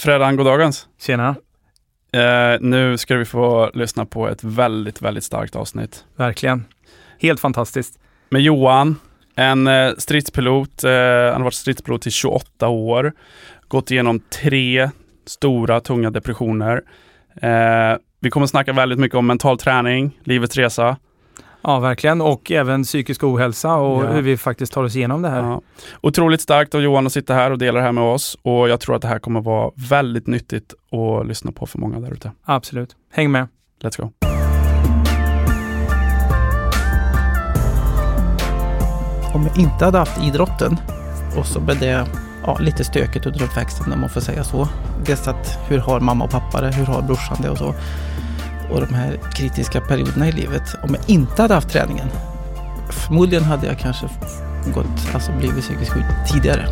Fredan, goddagens. Tjena. Nu ska vi få lyssna på ett väldigt, väldigt starkt avsnitt. Verkligen. Helt fantastiskt. Med Johan, en stridspilot. Han har varit stridspilot i 28 år. Gått igenom 3 stora, tunga depressioner. Vi kommer snacka väldigt mycket om mental träning, livets resa. Ja, verkligen. Och även psykisk ohälsa och hur vi faktiskt tar oss igenom det här. Ja. Otroligt starkt av Johan att sitta här och dela det här med oss. Och jag tror att det här kommer vara väldigt nyttigt att lyssna på för många där ute. Absolut. Häng med. Let's go. Om jag inte hade haft idrotten och så blev det lite stökigt under uppväxten, om man får säga så. Dels att hur har mamma och pappa det, hur har brorsan det och så. Och de här kritiska perioderna i livet. Om jag inte hade haft träningen, förmodligen hade jag kanske blivit psykiskt sjuk tidigare.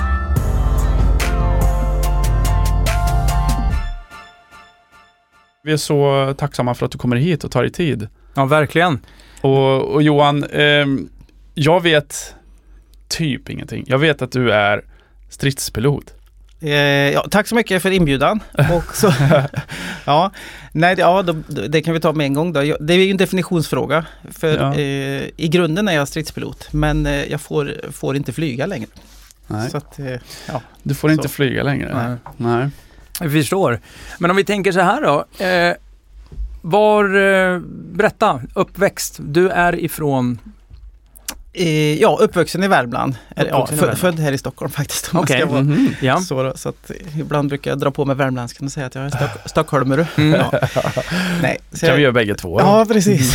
Vi är så tacksamma för att du kommer hit och tar dig tid. Ja, verkligen. Och Johan, jag vet typ ingenting. Jag vet att du är stridspilot. Tack så mycket för inbjudan. Och så, det kan vi ta med en gång då. Det är ju en definitionsfråga. För i grunden är jag stridspilot, men jag får inte flyga längre. Nej. Så att, du får inte flyga längre? Nej. Jag förstår. Men om vi tänker så här då. Berätta, uppväxt. Du är ifrån... uppvuxen i Värmland. Född här i Stockholm faktiskt. Okej. Så att ibland brukar jag dra på med värmländskan och säga att jag är stockholmare. Nej, kan vi göra bägge två? Ja, precis.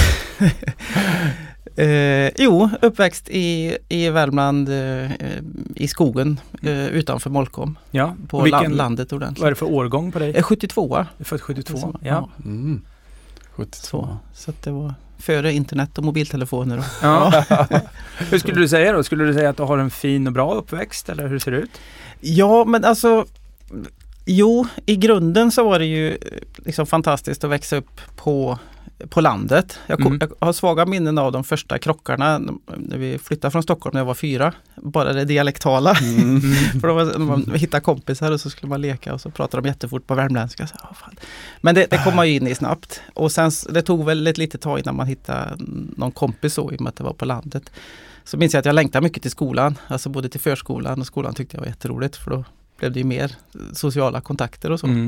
Uppväxt i Värmland, i skogen, utanför Molkom. Ja. På landet ordentligt. Vad är det för årgång på dig? 72. Du är född 72? Ja. 72. Så att det var före internet och mobiltelefoner. Hur skulle du säga då? Skulle du säga att du har en fin och bra uppväxt, eller hur ser det ut? Ja, men alltså... i grunden så var det ju liksom fantastiskt att växa upp på landet. Jag har svaga minnen av de första krockarna när vi flyttade från Stockholm när jag var 4. Bara det dialektala. För då man hittade kompisar och så skulle man leka och så pratade de jättefort på värmländska. Så, fan. Men det kom man ju in i snabbt. Och sen det tog väl ett litet tag innan man hittade någon kompis så, i och med att det var på landet. Så minns jag att jag längtade mycket till skolan. Alltså både till förskolan och skolan tyckte jag var jätteroligt. För då blev det ju mer sociala kontakter och så.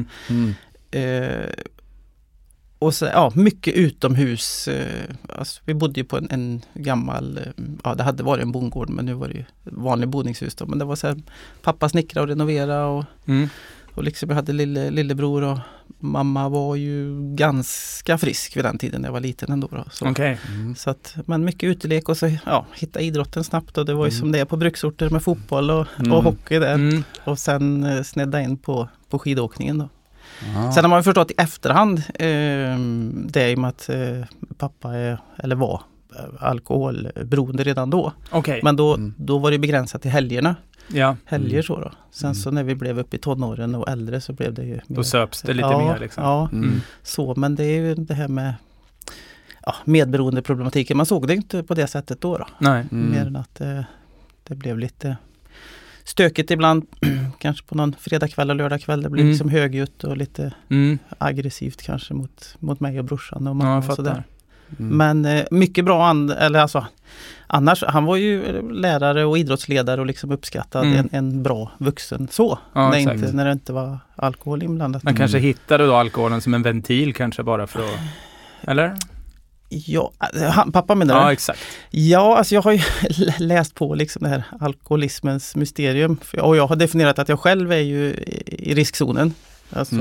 Och så, mycket utomhus. Alltså, vi bodde ju på en gammal, det hade varit en bondgård, men nu var det ju vanlig bodningshus då. Men det var så här, pappa snickra och renovera och liksom jag hade lillebror och mamma var ju ganska frisk vid den tiden när jag var liten ändå. Då, så. Okay. Så att, men mycket utelek och så hitta idrotten snabbt och det var ju som det är på bruksorter med fotboll och hockey där. Och sen snedda in på skidåkningen då. Sen har man förstått i efterhand det är ju med att pappa var alkoholberoende redan då. Okay. Men då var det begränsat till helgerna. Ja. Helger så då. Sen så när vi blev upp i tonåren och äldre så blev det ju mer, då söps det lite mer liksom. Ja, så, men det är ju det här med medberoende problematiken. Man såg det inte på det sättet då. Nej. Mer än att det blev lite stökigt ibland, kanske på någon fredagkväll och lördagkväll. Det blev liksom högljutt och lite aggressivt kanske mot mig och brorsan och mamma och sådär. Men mycket bra, annars, han var ju lärare och idrottsledare och liksom uppskattad en bra vuxen så. När det inte var alkohol inblandat. Man kanske hittade då alkoholen som en ventil kanske bara för att, eller? Ja, pappa menar det? Ja, exakt. Ja, alltså jag har ju läst på liksom det här alkoholismens mysterium. Och jag har definierat att jag själv är ju i riskzonen. Alltså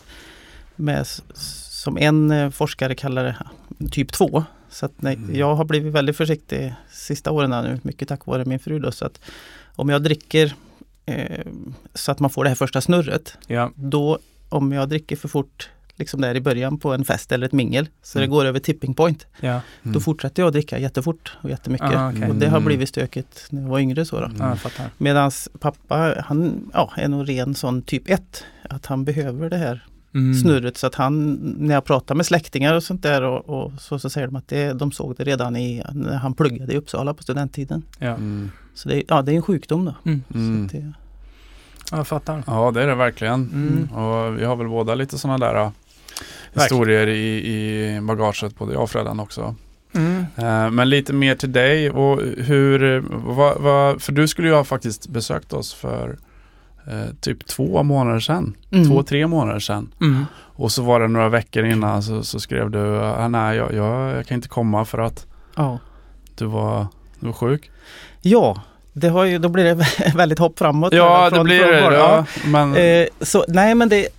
som en forskare kallar det typ 2. Så att jag har blivit väldigt försiktig sista åren nu, mycket tack vare min fru då. Så att om jag dricker så att man får det här första snurret, då om jag dricker för fort liksom där i början på en fest eller ett mingel så det går över tipping point. Då fortsätter jag att dricka jättefort och jättemycket. Och det har blivit stökigt när jag var yngre så då. Medan pappa, han är nog ren sån typ 1. Att han behöver det här snurret så att han, när jag pratar med släktingar och sånt där och så säger de att de såg det redan när han pluggade i Uppsala på studenttiden. Så det är en sjukdom då. Så Jag fattar. Ja, det är det verkligen. Och vi har väl båda lite sådana där historier i bagaget, både jag och Freddan också. Men lite mer till dig och för du skulle ju ha faktiskt besökt oss för typ 2 månader sedan. 2-3 månader sedan. Och så var det några veckor innan så skrev du nej, jag kan inte komma för att du var sjuk. Ja, då blir det väldigt hopp framåt. Ja, det blir det. Ja, men... så, nej, men det...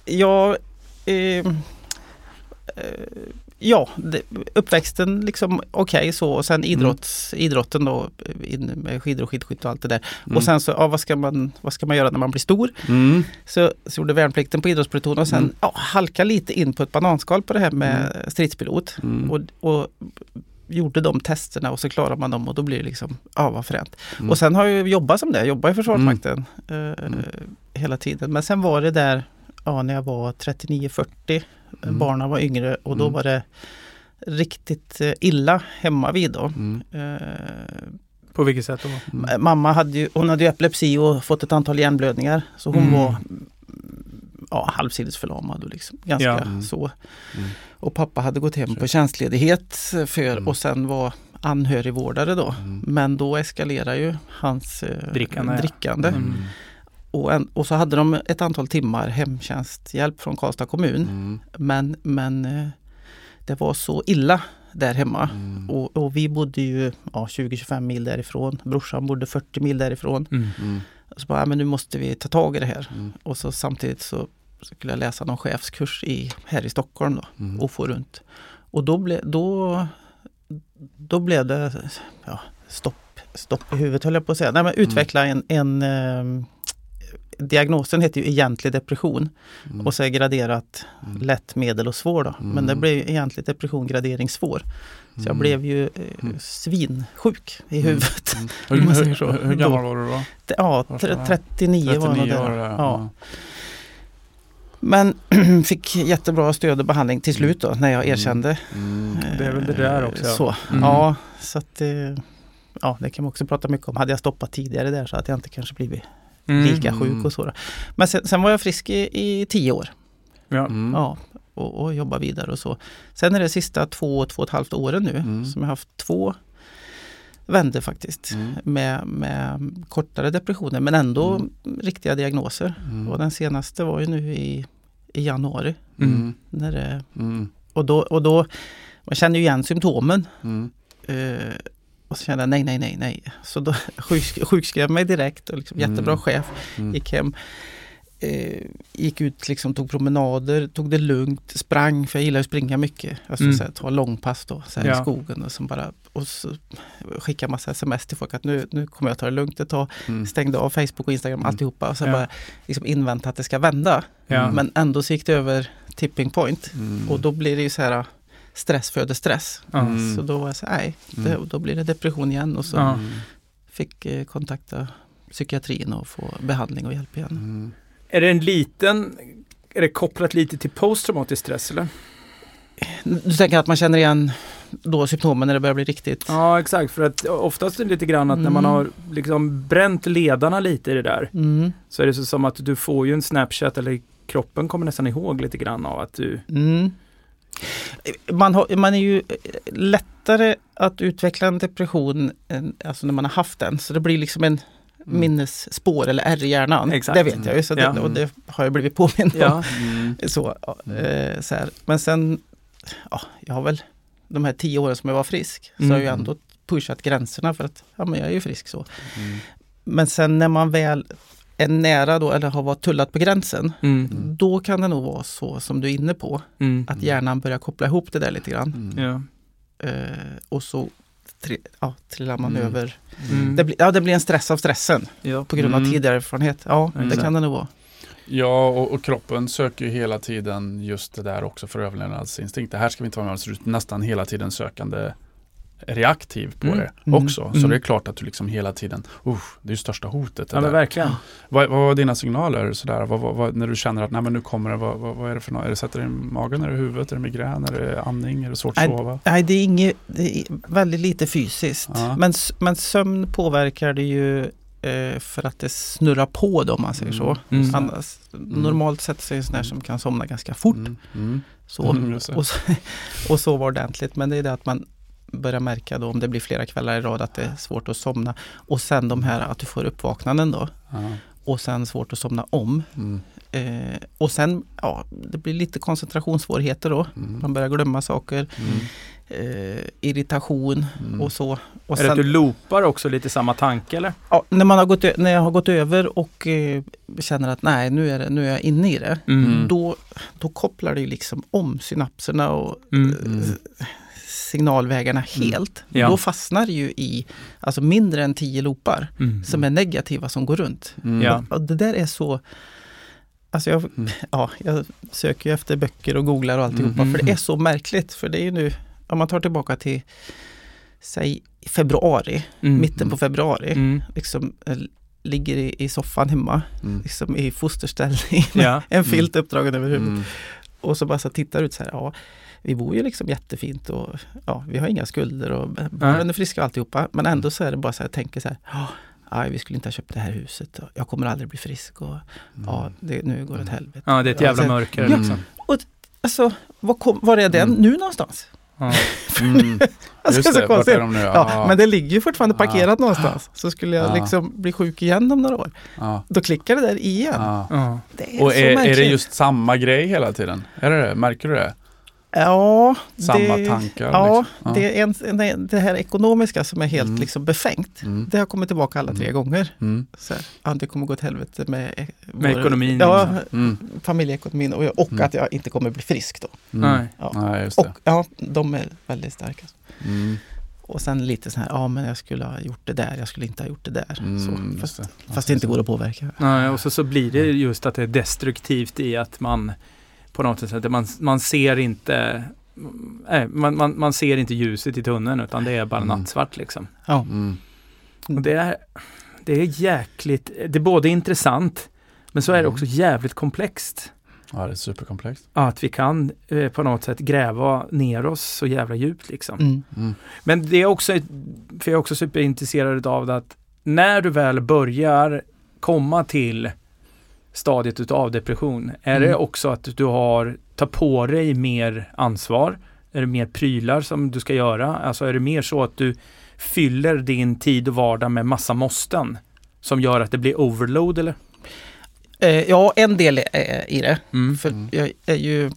uppväxten liksom okej, så, och sen idrotten då, in med skidor och skidskytte och allt det där. Och sen så, vad ska man göra när man blir stor? Så gjorde värnplikten på idrottspluton och sen halka lite in på ett bananskal på det här med stridspilot. Och gjorde de testerna och så klarar man dem och då blir det liksom, vad fränt. Och sen har jag jobbat som det, jobbat i Försvarsmakten hela tiden. Men sen var det där, när jag var 39-40, barnen var yngre och då var det riktigt illa hemma vid då. På vilket sätt då? Mamma hade ju epilepsi och fått ett antal hjärnblödningar, så hon var halvsidesförlamad och liksom ganska så. Och pappa hade gått hem på tjänstledighet och sen var anhörigvårdare då. Men då eskalerar ju hans drickande. Och så hade de ett antal timmar hemtjänsthjälp från Karlstad kommun. Men det var så illa där hemma. Och vi bodde ju 20-25 mil därifrån. Brorsan bodde 40 mil därifrån. Så bara, men nu måste vi ta tag i det här. Och så samtidigt så skulle jag läsa någon chefskurs här i Stockholm då, och få runt. Och då blev det stopp i huvudet, höll jag på att säga. Nej, men utveckla en diagnosen heter ju egentlig depression och så är graderat lätt, medel och svår då. Men det blev egentligen depression gradering svår. Så jag blev ju svinsjuk i huvudet. Hur gammal var du då? 39 var det där. Ja. Men fick jättebra stöd och behandling till slut då, när jag erkände. Det är väl det där också. Så, så att det kan man också prata mycket om. Hade jag stoppat tidigare där så att jag inte kanske blivit lika sjuk och så då. Men sen var jag frisk i 10 år. Och jobba vidare och så. Sen är det sista 2,5 åren nu som jag har haft 2 vänder faktiskt med kortare depressioner men ändå riktiga diagnoser. Och den senaste var ju nu i januari. När det, och då man känner ju igen symptomen. Och så kände jag nej. Så då sjukskrev mig direkt och liksom, jättebra chef. Gick hem. Gick ut, liksom, tog promenader, tog det lugnt, sprang, för jag gillar att springa mycket. Alltså så här, ta långpass då, så här, i skogen och så skicka massa sms till folk att nu kommer jag ta det lugnt ett tag. Stängde av Facebook och Instagram, alltihopa och så bara liksom invänta att det ska vända. Men ändå så gick det över tipping point och då blir det ju så här stress föder stress. Så då var jag så här, då blir det depression igen och så fick kontakta psykiatrin och få behandling och hjälp igen. Är det kopplat lite till posttraumatisk stress eller? Du tänker att man känner igen då symptomen när det börjar bli riktigt? Ja, exakt. För att oftast är det lite grann att när man har liksom bränt ledarna lite i det där så är det så som att du får ju en Snapchat eller kroppen kommer nästan ihåg lite grann av att du... Man är ju lättare att utveckla en depression alltså när man har haft den. Så det blir liksom en minnesspår eller ärr i hjärnan. Exakt. Det vet jag ju. Så och det har jag blivit påmind om. Så här. Men sen, jag har väl de här 10 åren som jag var frisk så har jag ju ändå pushat gränserna för att men jag är ju frisk så. Men sen när man väl är nära då eller har varit tullat på gränsen då kan det nog vara så som du är inne på att hjärnan börjar koppla ihop det där lite grann. Och så trillar man över. Det blir en stress av stressen på grund av tidigare erfarenhet. Det kan det nog vara. Ja, och kroppen söker ju hela tiden just det där också för överlevnadsinstinkt. Det här ska vi inte vara med, så du är nästan hela tiden sökande reaktiv på det också. Så det är klart att du liksom hela tiden, det är ju största hotet. Ja, men verkligen. Vad var dina signaler sådär? Vad, när du känner att nej, men nu kommer det, vad är det för något? Är det sätter i magen, är det huvudet, är det migrän, är det andning, är det svårt att sova? Nej, det är väldigt lite fysiskt. Men sömn påverkar det ju för att det snurrar på då, om man säger så. Annars, normalt sett så är det sån här som kan somna ganska fort. Och så var ordentligt. Men det är det att man börjar märka då, om det blir flera kvällar i rad, att det är svårt att somna. Och sen de här att du får uppvaknanden då. Och sen svårt att somna om. Och sen, det blir lite koncentrationssvårigheter då. Man börjar glömma saker. Irritation och så. Och är det att du loopar också lite samma tanke, eller? Ja, när jag har gått över och känner att nej, nu är jag inne i det. Då kopplar det ju liksom om synapserna och signalvägarna helt. Då fastnar det ju i mindre än 10 loopar som är negativa som går runt. Och det där är så... jag söker ju efter böcker och googlar och alltihopa, för det är så märkligt. För det är ju nu, om man tar tillbaka till säg februari, mitten på februari, liksom ligger i soffan hemma, liksom i fosterställning, en filt uppdragen över huvudet. Och så bara så tittar ut så här, vi bor ju liksom jättefint och vi har inga skulder och barnen är friska och alltihopa, men ändå så är det bara så här, jag tänker så här, vi skulle inte ha köpt det här huset och jag kommer aldrig bli frisk och nu går det åt helvete. Ja, det är ett jävla mörker liksom. Och var är den nu någonstans? Just det, vart är de nu? Men det ligger ju fortfarande parkerat någonstans. Så skulle jag liksom bli sjuk igen om några år. Då klickar det där igen. Det är och så är det just samma grej hela tiden? Är det? Märker du det? Ja, samma tankar. Ja, liksom. Det är det här ekonomiska som är helt liksom befängt. Det har kommit tillbaka alla 3 gånger. Så här, det kommer gå åt helvete med ekonomin. Ja, familjeekonomin och att jag inte kommer bli frisk då. Nej, just det. Och de är väldigt starka. Och sen lite så här, men jag skulle ha gjort det där, jag skulle inte ha gjort det där. Fast det inte går att påverka. Nej, och så blir det just att det är destruktivt i att man på något sätt, man ser inte man ser inte ljuset i tunneln, utan det är bara nattsvart liksom. Och det är jäkligt, det är både intressant, men så är det också jävligt komplext. Ja, det är superkomplext. Att vi kan på något sätt gräva ner oss så jävla djupt liksom. Men det är också, för jag är också superintresserad av att när du väl börjar komma till stadiet utav depression, är det också att du tar på dig mer ansvar? Är det mer prylar som du ska göra? Alltså är det mer så att du fyller din tid och vardag med massa måsten som gör att det blir overload, eller? Ja, en del i det. För jag är ju...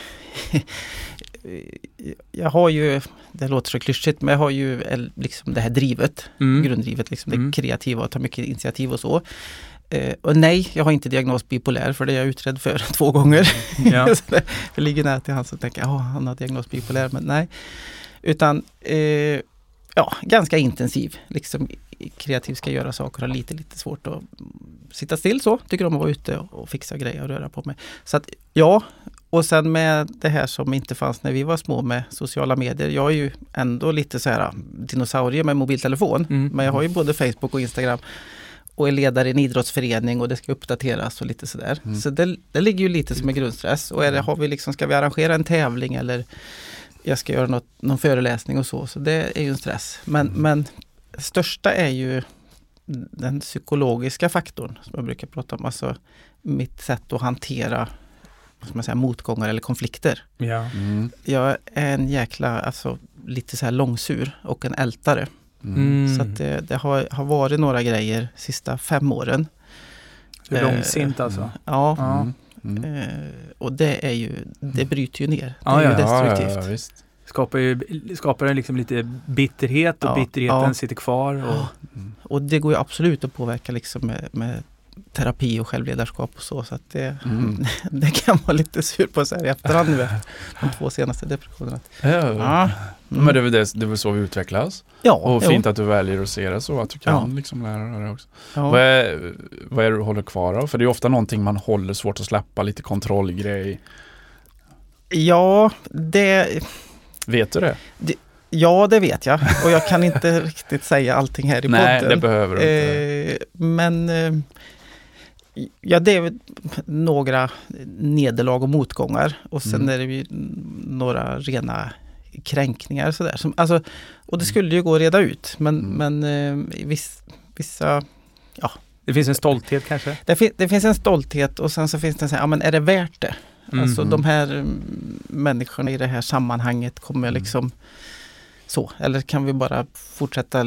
jag har ju, det låter så klyschigt, men jag har ju liksom det här drivet, grunddrivet, liksom det kreativa och ta mycket initiativ och så. Och nej, jag har inte diagnos bipolär, för det är jag utredd för 2 gånger. Det ligger nära till hans och tänker, han har diagnos bipolär, men nej. Utan ganska intensiv, liksom kreativ, ska göra saker, har lite svårt att sitta still så, tycker om att vara ute och fixa grejer och röra på mig. Så att och sen med det här som inte fanns när vi var små med sociala medier. Jag är ju ändå lite så här dinosaurie med mobiltelefon, men jag har ju både Facebook och Instagram och är ledare i en idrottsförening och det ska uppdateras och lite sådär. Så det ligger ju lite som en grundstress. Och ska vi arrangera en tävling eller jag ska göra någon föreläsning och så det är ju en stress. Men största är ju den psykologiska faktorn som jag brukar prata om. Alltså mitt sätt att hantera motgångar eller konflikter. Jag är en jäkla, lite så här långsur och en ältare. Så att det har varit några grejer sista 5 åren. Det är långsint alltså. Och det bryter ju ner. Det är ju destruktivt. Ja, visst. Skapar det liksom lite bitterhet och bitterheten sitter kvar. Och det går ju absolut att påverka liksom med terapi och självledarskap och så att det kan vara lite sur på så här i efterhand nu de 2 senaste depressionerna. Men det är väl så vi utvecklas. Och fint att du väljer att se det så att du kan liksom lära dig det också. Vad är det du håller kvar av? För det är ofta någonting man håller svårt att släppa, lite kontrollgrej. Ja, vet du det? Ja, det vet jag. Och jag kan inte riktigt säga allting här i podden. Nej, det behöver du inte. Men det är några nederlag och motgångar. Och sen är det ju några rena kränkningar. Sådär. Och det skulle ju gå att reda ut. Men vissa Det finns en stolthet kanske? Det finns en stolthet och sen så finns det en ja men är det värt det? Alltså de här människorna i det här sammanhanget kommer liksom så, eller kan vi bara fortsätta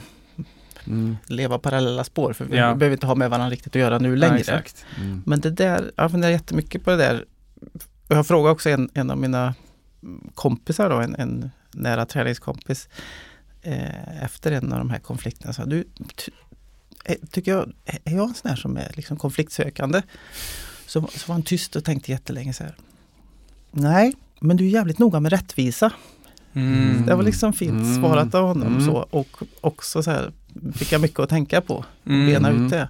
leva parallella spår, för vi behöver inte ha med varandra riktigt att göra nu längre. Exakt. Men det där, jag funderar jättemycket på det där. Jag frågade också en av mina kompisar då, en nära träningskompis efter en av de här konflikterna, så du tycker jag, är jag en sån här som är liksom konfliktsökande? Så var han tyst och tänkte jättelänge så här. Nej, men du är jävligt noga med rättvisa. Det var liksom fint svarat av honom så, och också så här fick jag mycket att tänka på och bena ut det.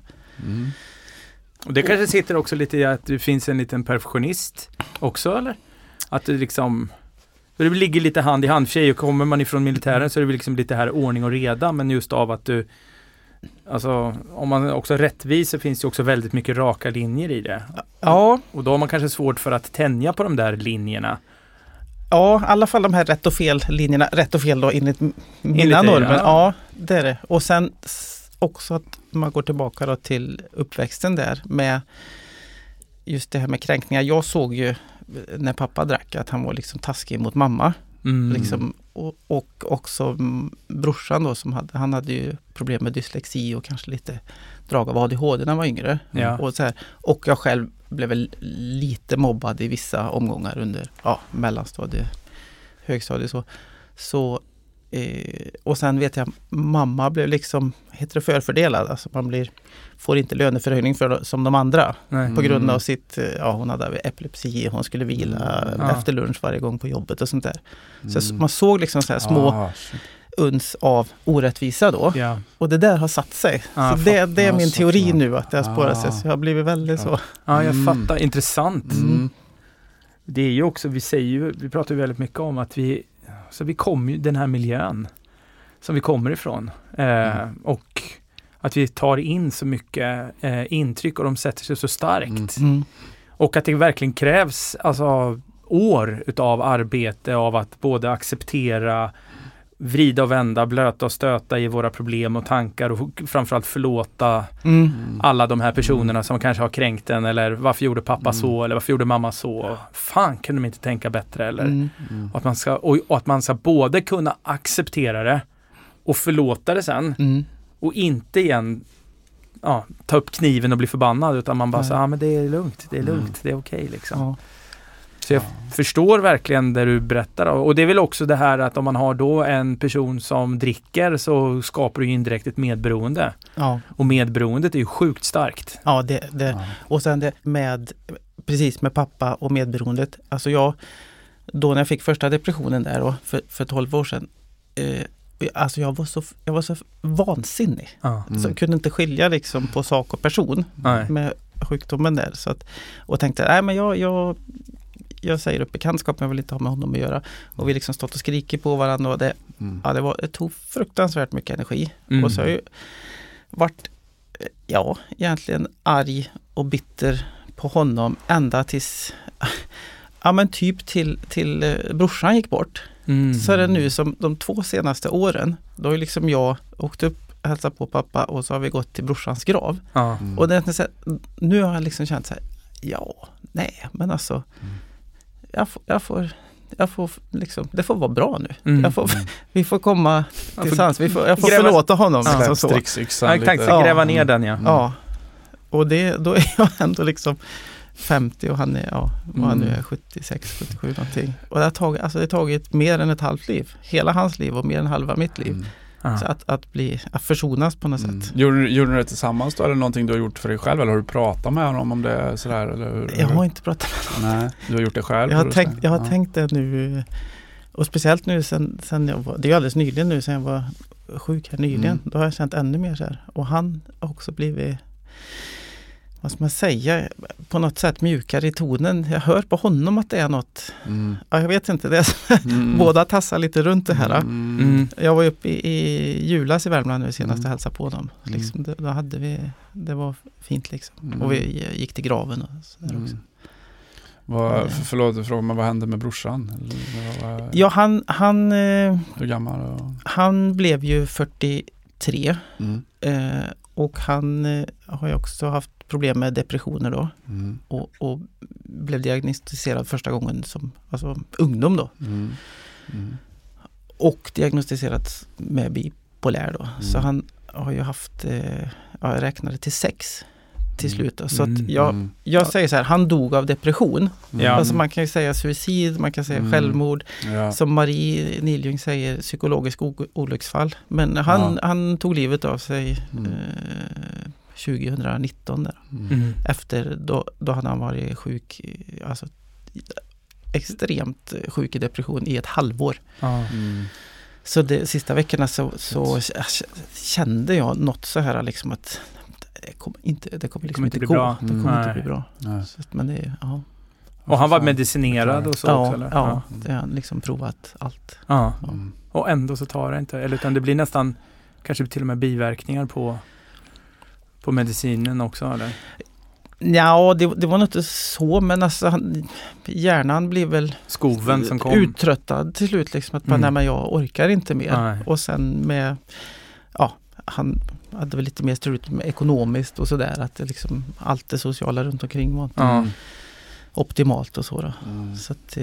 Och det kanske sitter också lite i att det finns en liten perfektionist också, eller? Att det liksom, för det ligger lite hand i hand. För sig, och kommer man ifrån militären så är det liksom lite här ordning och reda, men just av att du, alltså om man också är rättvis så finns det också väldigt mycket raka linjer i det. Ja. Och då har man kanske svårt för att tänja på de där linjerna. Ja, i alla fall de här rätt och fel linjerna. Rätt och fel då enligt mina normer. Ja, det är det. Och sen också att man går tillbaka då till uppväxten där med just det här med kränkningar. Jag såg ju när pappa drack att han var liksom taskig mot mamma. Liksom, och också brorsan då han hade ju problem med dyslexi och kanske lite drag av ADHD när han var yngre. Ja. Och, så här, och jag själv blev väl lite mobbad i vissa omgångar under mellanstadie, högstadie så och sen vet jag mamma blev liksom förfördelad, alltså man får inte löneförhöjning som de andra. Nej. På grund av sitt, hon hade epilepsi, hon skulle vila efter lunch varje gång på jobbet och sånt där. Så man såg liksom så här små uns av orättvisa då. Ja. Och det där har satt sig. Så det är min teori nu, att det har spårat sig. Så jag har blivit väldigt så. Ja, jag fattar. Intressant. Det är ju också, vi pratar ju väldigt mycket om att vi kommer ju den här miljön som vi kommer ifrån. Och att vi tar in så mycket intryck och de sätter sig så starkt. Och att det verkligen krävs år utav arbete av att både acceptera, vrida och vända, blöta och stöta i våra problem och tankar och framförallt förlåta alla de här personerna som kanske har kränkt en, eller varför gjorde pappa så, eller varför gjorde mamma så, fan kunde de inte tänka bättre, eller och att man ska både kunna acceptera det och förlåta det sen och inte igen ta upp kniven och bli förbannad, utan man bara säger men det är lugnt, det är okej liksom. Så jag förstår verkligen det du berättar. Och det är väl också det här att om man har då en person som dricker så skapar du indirekt ett medberoende. Ja. Och medberoendet är ju sjukt starkt. Ja, och sen det precis med pappa och medberoendet. Alltså då när jag fick första depressionen där då, för 12 år sedan. Alltså jag var så vansinnig. Så jag kunde inte skilja liksom på sak och person med sjukdomen där. Så och tänkte, nej men jag säger upp bekantskap, men jag vill inte ha med honom att göra. Och vi liksom stått och skrikit på varandra och det tog fruktansvärt mycket energi. Och så har jag ju varit egentligen arg och bitter på honom ända tills typ till brorsan gick bort. Så är det nu som de 2 senaste åren, då har liksom jag åkt upp, hälsat på pappa och så har vi gått till brorsans grav. Och nu har jag liksom känt så här, men alltså jag får liksom, det får vara bra nu. Vi får komma tillsammans. Jag får förlåta honom. Gräva ner den, Ja. Och då är jag ändå liksom 50 och han är, han är 76, 77 någonting. Och det har tagit mer än ett halvt liv. Hela hans liv och mer än halva mitt liv. Så att försonas på något sätt. Gjorde ni det tillsammans då? Eller någonting du har gjort för dig själv? Eller har du pratat med honom om det är sådär? Eller jag har inte pratat med honom. Nej, du har gjort det själv? Jag har tänkt det nu. Och speciellt nu sen det är alldeles nyligen nu, sen jag var sjuk här nyligen. Då har jag känt ännu mer så här. Och han har också blivit, vad ska man säga, på något sätt mjukare i tonen. Jag hör på honom att det är något, jag vet inte, det är båda tassar lite runt det här. Jag var uppe i julas i Värmland nu senast och hälsade på dem. Liksom, då hade vi, det var fint liksom. Och vi gick till graven och sådär också. Förlåt fråga, men vad hände med brorsan? Ja, han hur gammal? Han blev ju 43. Och han har ju också haft problem med depressioner då. Och blev diagnostiserad första gången som ungdom då. Och diagnostiserat med bipolär då. Så han har ju haft, jag räknade till 6 till slut då. Så att jag säger så här, han dog av depression. Alltså man kan ju säga suicid, man kan säga självmord. Som Marie Niljung säger, psykologisk olycksfall. Men han tog livet av sig 2019 där. Efter då hade han varit sjuk, alltså extremt sjuk i depression i ett halvår. Så de sista veckorna så kände jag något så här liksom att det kommer inte bli bra. Det kommer inte bli bra. Så, men det, Och han var medicinerad och så också, eller? Ja, det har han liksom provat allt. Och ändå så tar det inte, eller utan det blir nästan kanske till och med biverkningar på medicinen också, eller? Ja, det var nog inte så, men alltså hjärnan blev väl skoven som kom uttröttad till slut liksom, att nej, men jag orkar inte mer. Nej. Och sen med han hade väl lite mer struligt med ekonomiskt och sådär, att det liksom allt det sociala runt omkring var inte optimalt och så då. Så att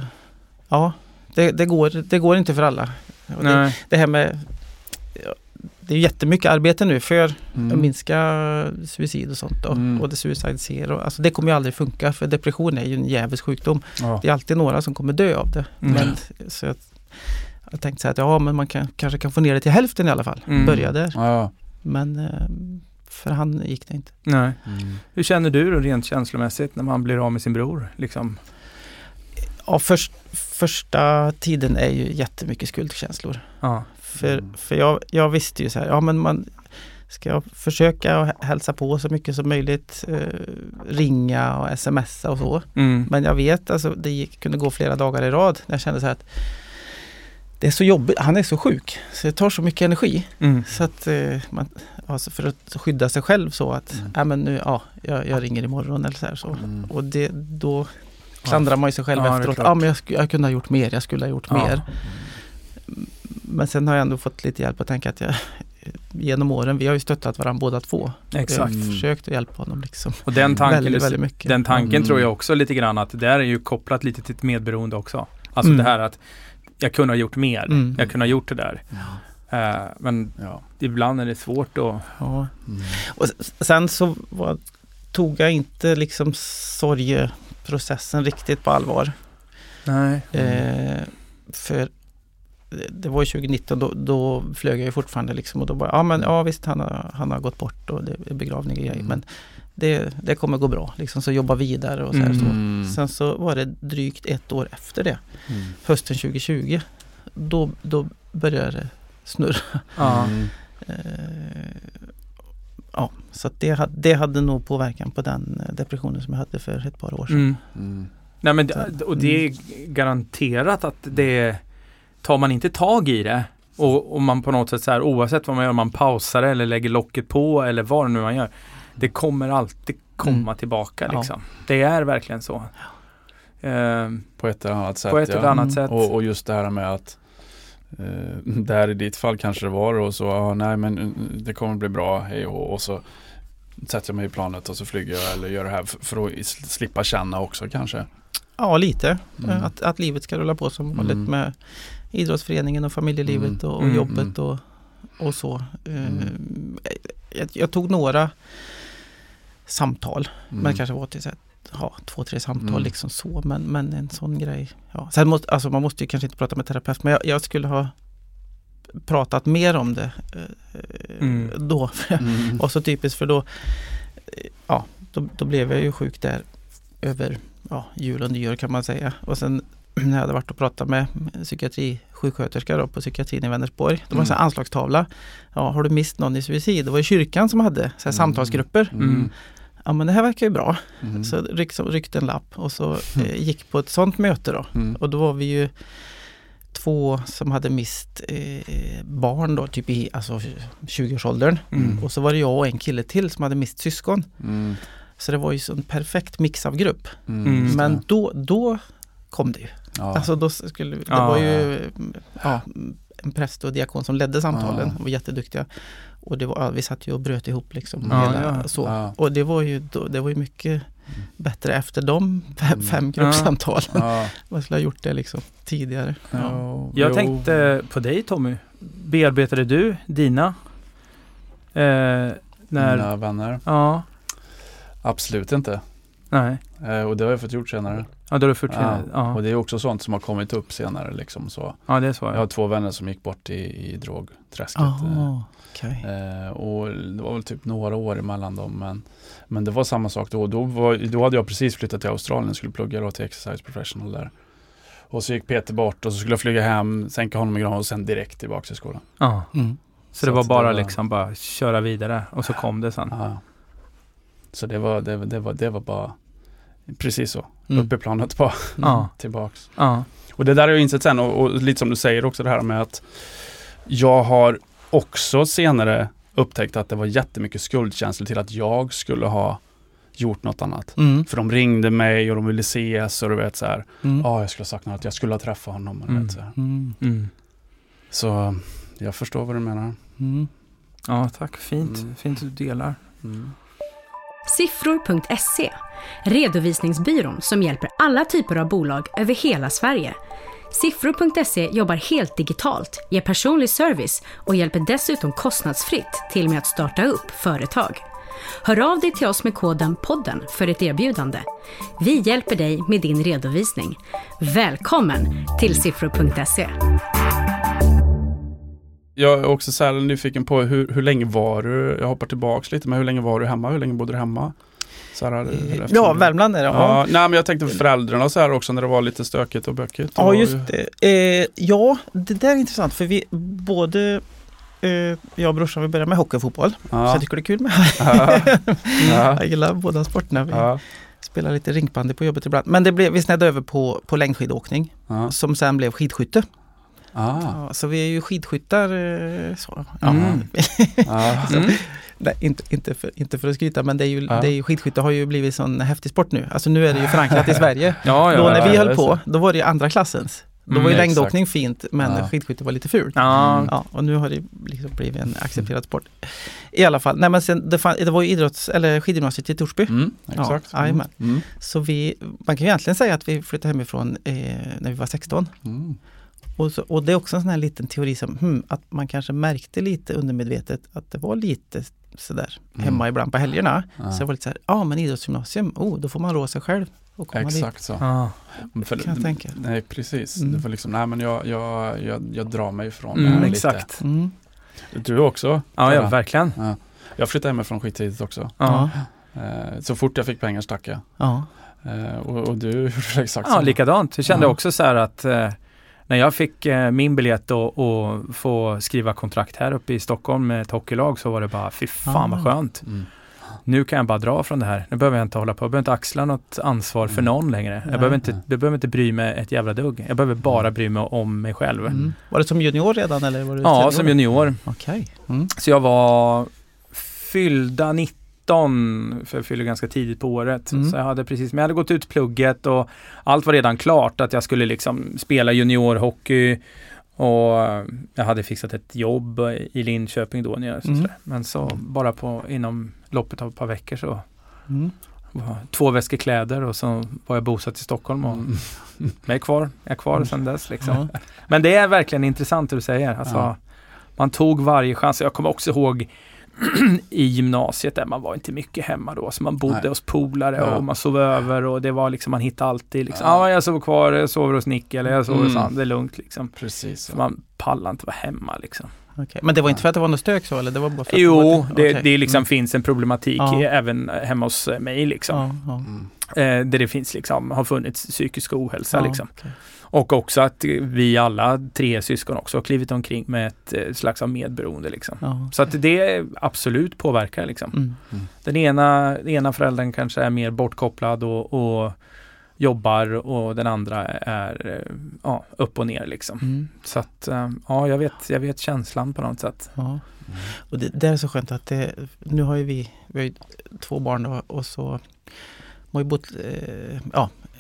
det går inte för alla. Och det här med det är jättemycket arbete nu för att minska suicid och sånt då. Och det Suicide Zero. Alltså det kommer ju aldrig funka, för depression är ju en jävligt sjukdom. Det är alltid några som kommer dö av det. Men, så jag tänkte säga att men man kanske kan få ner det till hälften i alla fall. Börja där. Men för han gick det inte. Nej. Hur känner du då rent känslomässigt när man blir av med sin bror? Liksom? Ja, första tiden är ju jättemycket skuldkänslor. För jag visste ju så här, men man ska försöka hälsa på så mycket som möjligt, ringa och smsa och så. Men jag vet, alltså det kunde gå flera dagar i rad när jag kände så här att det är så jobbigt, han är så sjuk så det tar så mycket energi så att man, alltså för att skydda sig själv så att jag ringer imorgon eller så här så. Och då klandrar man ju sig själv efteråt. Men jag kunde ha gjort mer, jag skulle ha gjort mer. Men sen har jag ändå fått lite hjälp att tänka att genom åren, vi har ju stöttat varandra båda två. Exakt. Försökt att hjälpa honom liksom. Och den tanken, väldigt mycket. Den tanken tror jag också lite grann att det där är ju kopplat lite till ett medberoende också. Alltså det här att jag kunde ha gjort mer. Jag kunde ha gjort det där. Men ibland är det svårt att... Och sen så tog jag inte liksom sorgeprocessen riktigt på allvar. Nej. För det var 2019, då flög jag ju fortfarande liksom, och då bara, visst han har gått bort och det är begravning och grejer, men det kommer gå bra liksom, så jobba vidare och så här. Så. Sen så var det drygt 1 år efter det, hösten 2020, då började det snurra. Så att det hade nog påverkan på den depressionen som jag hade för ett par år sedan. Nej, men och det är garanterat att det tar man inte tag i det och man på något sätt så här, oavsett vad man gör, man pausar det eller lägger locket på eller vad nu man gör, det kommer alltid komma tillbaka liksom. Det är verkligen så. På ett eller annat sätt. På ett eller annat sätt. Och just det här med att där i ditt fall kanske det var och så, nej men det kommer bli bra, hej och så sätter jag mig i planet och så flyger jag eller gör det här för att slippa känna också kanske. Ja, lite. Att livet ska rulla på som vanligt med idrottsföreningen och familjelivet och jobbet och så. Jag tog några samtal, men det kanske var till 2-3 samtal liksom så, men en sån grej. Ja. Sen man måste ju kanske inte prata med terapeut, men jag skulle ha pratat mer om det då. Och så typiskt för då blev jag ju sjuk där över jul och nyår kan man säga. Och sen när jag hade varit och pratat med psykiatrisjuksköterska då på psykiatrin i Vänersborg. De var en sån här anslagstavla. Har du mist någon i suicid? Det var ju kyrkan som hade så här samtalsgrupper. Ja, men det här verkar ju bra. Så ryckte en lapp och så gick på ett sånt möte då. Och då var vi ju 2 som hade mist barn då, typ i 20-årsåldern. Och så var det jag och en kille till som hade mist syskon. Så det var ju så en perfekt mix av grupp. Men då kom det ju. Ja. Alltså då skulle det var ju en präst och diakon som ledde samtalen och var jätteduktiga. Och det var, vi satt ju och bröt ihop liksom. Så. Ja. Och det var ju mycket bättre efter de 5 gruppsamtalen. Ja. Man skulle ha gjort det liksom tidigare. Ja. Jag tänkte på dig, Tommy. Bearbetade du dina mina vänner? Ja. Absolut inte. Nej. Och det har jag fått gjort senare. Ja, det har du fått senare. Ja. Och det är också sånt som har kommit upp senare liksom så. Ja, det är så. Jag har 2 vänner som gick bort i drogträsket. Okay. Och det var väl typ några år emellan dem, men det var samma sak då. Då hade jag precis flyttat till Australien och skulle plugga då till Exercise Professional där. Och så gick Peter bort och så skulle jag flyga hem, sänka honom i graven och sen direkt tillbaka till skolan. Ja. Så det var bara liksom bara köra vidare och så kom det sen. Ja. Så det var bara precis så. Upp i planet bara tillbaks. Ja. Och det där har jag insett sen och lite som du säger också det här med att jag har också senare upptäckt att det var jättemycket skuldkänslor till att jag skulle ha gjort något annat. För de ringde mig och de ville ses och du vet så här. Jag skulle ha sagt något, att jag skulle ha träffat honom och vet, så här. Så jag förstår vad du menar. Ja, tack. Fint att du delar. Siffror.se, redovisningsbyrån som hjälper alla typer av bolag över hela Sverige. Siffror.se jobbar helt digitalt, ger personlig service och hjälper dessutom kostnadsfritt till med att starta upp företag. Hör av dig till oss med koden podden för ett erbjudande. Vi hjälper dig med din redovisning. Välkommen till Siffror.se. Jag är också så här nyfiken på hur länge var du, jag hoppar tillbaks lite, men hur länge var du hemma? Hur länge bodde du hemma? Så här, Värmland är det. Ja, nej, men jag tänkte på föräldrarna så här också när det var lite stökigt och bökigt. Ja, just det. Det där är intressant för vi både jag och brorsan vill börja med hockey och fotboll. Så jag tycker det är kul med jag gillar båda sporterna. Vi spelar lite ringbandy på jobbet ibland. Men vi snäddade över på längdskidåkning som sen blev skidskytte. Så vi är ju skidskyttar så. Nej, inte för att skryta, men det är ju skidskytte har ju blivit sån häftig sport nu. Alltså nu är det ju förankrat i Sverige. Då när vi höll på, då var det ju andra klassens. Då var ju längdåkning fint, men skidskytte var lite fult. Och nu har det liksom blivit en accepterad sport. I alla fall. Nej, men sen, det var ju skidgymnasiet i Torsby. Exakt. Så man kan ju egentligen säga att vi flyttade hemifrån när vi var 16. Och det är också en sån här liten teori som att man kanske märkte lite undermedvetet att det var lite sådär hemma ibland på helgerna. Så det var lite såhär, men idrottsgymnasium, då får man rå sig själv. Exakt så. Kan jag tänka. Nej, precis. Det var liksom, men jag drar mig ifrån det här exakt. Du också? Ja, verkligen. Jag flyttade hemifrån skittidigt också. Så fort jag fick pengar stack jag. Och du gjorde exakt så. Ja, likadant. Jag kände också så här att när jag fick min biljett och få skriva kontrakt här uppe i Stockholm med ett hockeylag så var det bara, fy fan vad skönt. Nu kan jag bara dra från det här. Nu behöver jag inte hålla på. Jag behöver inte axla något ansvar för någon längre. Jag behöver inte bry mig ett jävla dugg. Jag behöver bara bry mig om mig själv. Var det som junior redan? Eller var det ja, som junior. Okej. Så jag var fyllda 19, för jag fyllde ganska tidigt på året. Så jag hade gått ut plugget och allt var redan klart att jag skulle liksom spela juniorhockey. Och jag hade fixat ett jobb i Linköping då. Men så bara inom loppet av ett par veckor så 2 väskor kläder och så var jag bosatt i Stockholm och jag är kvar sedan dess liksom. Men det är verkligen intressant det du säger. Alltså, man tog varje chans. Jag kommer också ihåg i gymnasiet där man var inte mycket hemma då. Så man bodde hos polare och man sov över och det var liksom, man hittade alltid liksom, jag sover kvar, jag sover hos Nick eller jag sover hos han, det är lugnt liksom. Precis. Så man pallar inte vara hemma liksom. Okay. Men det var inte för att det var något stök så? Eller det var bara för att det liksom finns en problematik även hemma hos mig liksom. Där det finns liksom, har funnits psykisk ohälsa liksom. Okay. Och också att vi alla 3 syskon också har klivit omkring med ett slags av medberoende liksom. Så att det absolut påverkar liksom. Den ena föräldern kanske är mer bortkopplad och jobbar och den andra är upp och ner liksom. Så att jag vet känslan på något sätt. Och det är så skönt att nu har ju vi har ju 2 barn då, och så har ju bott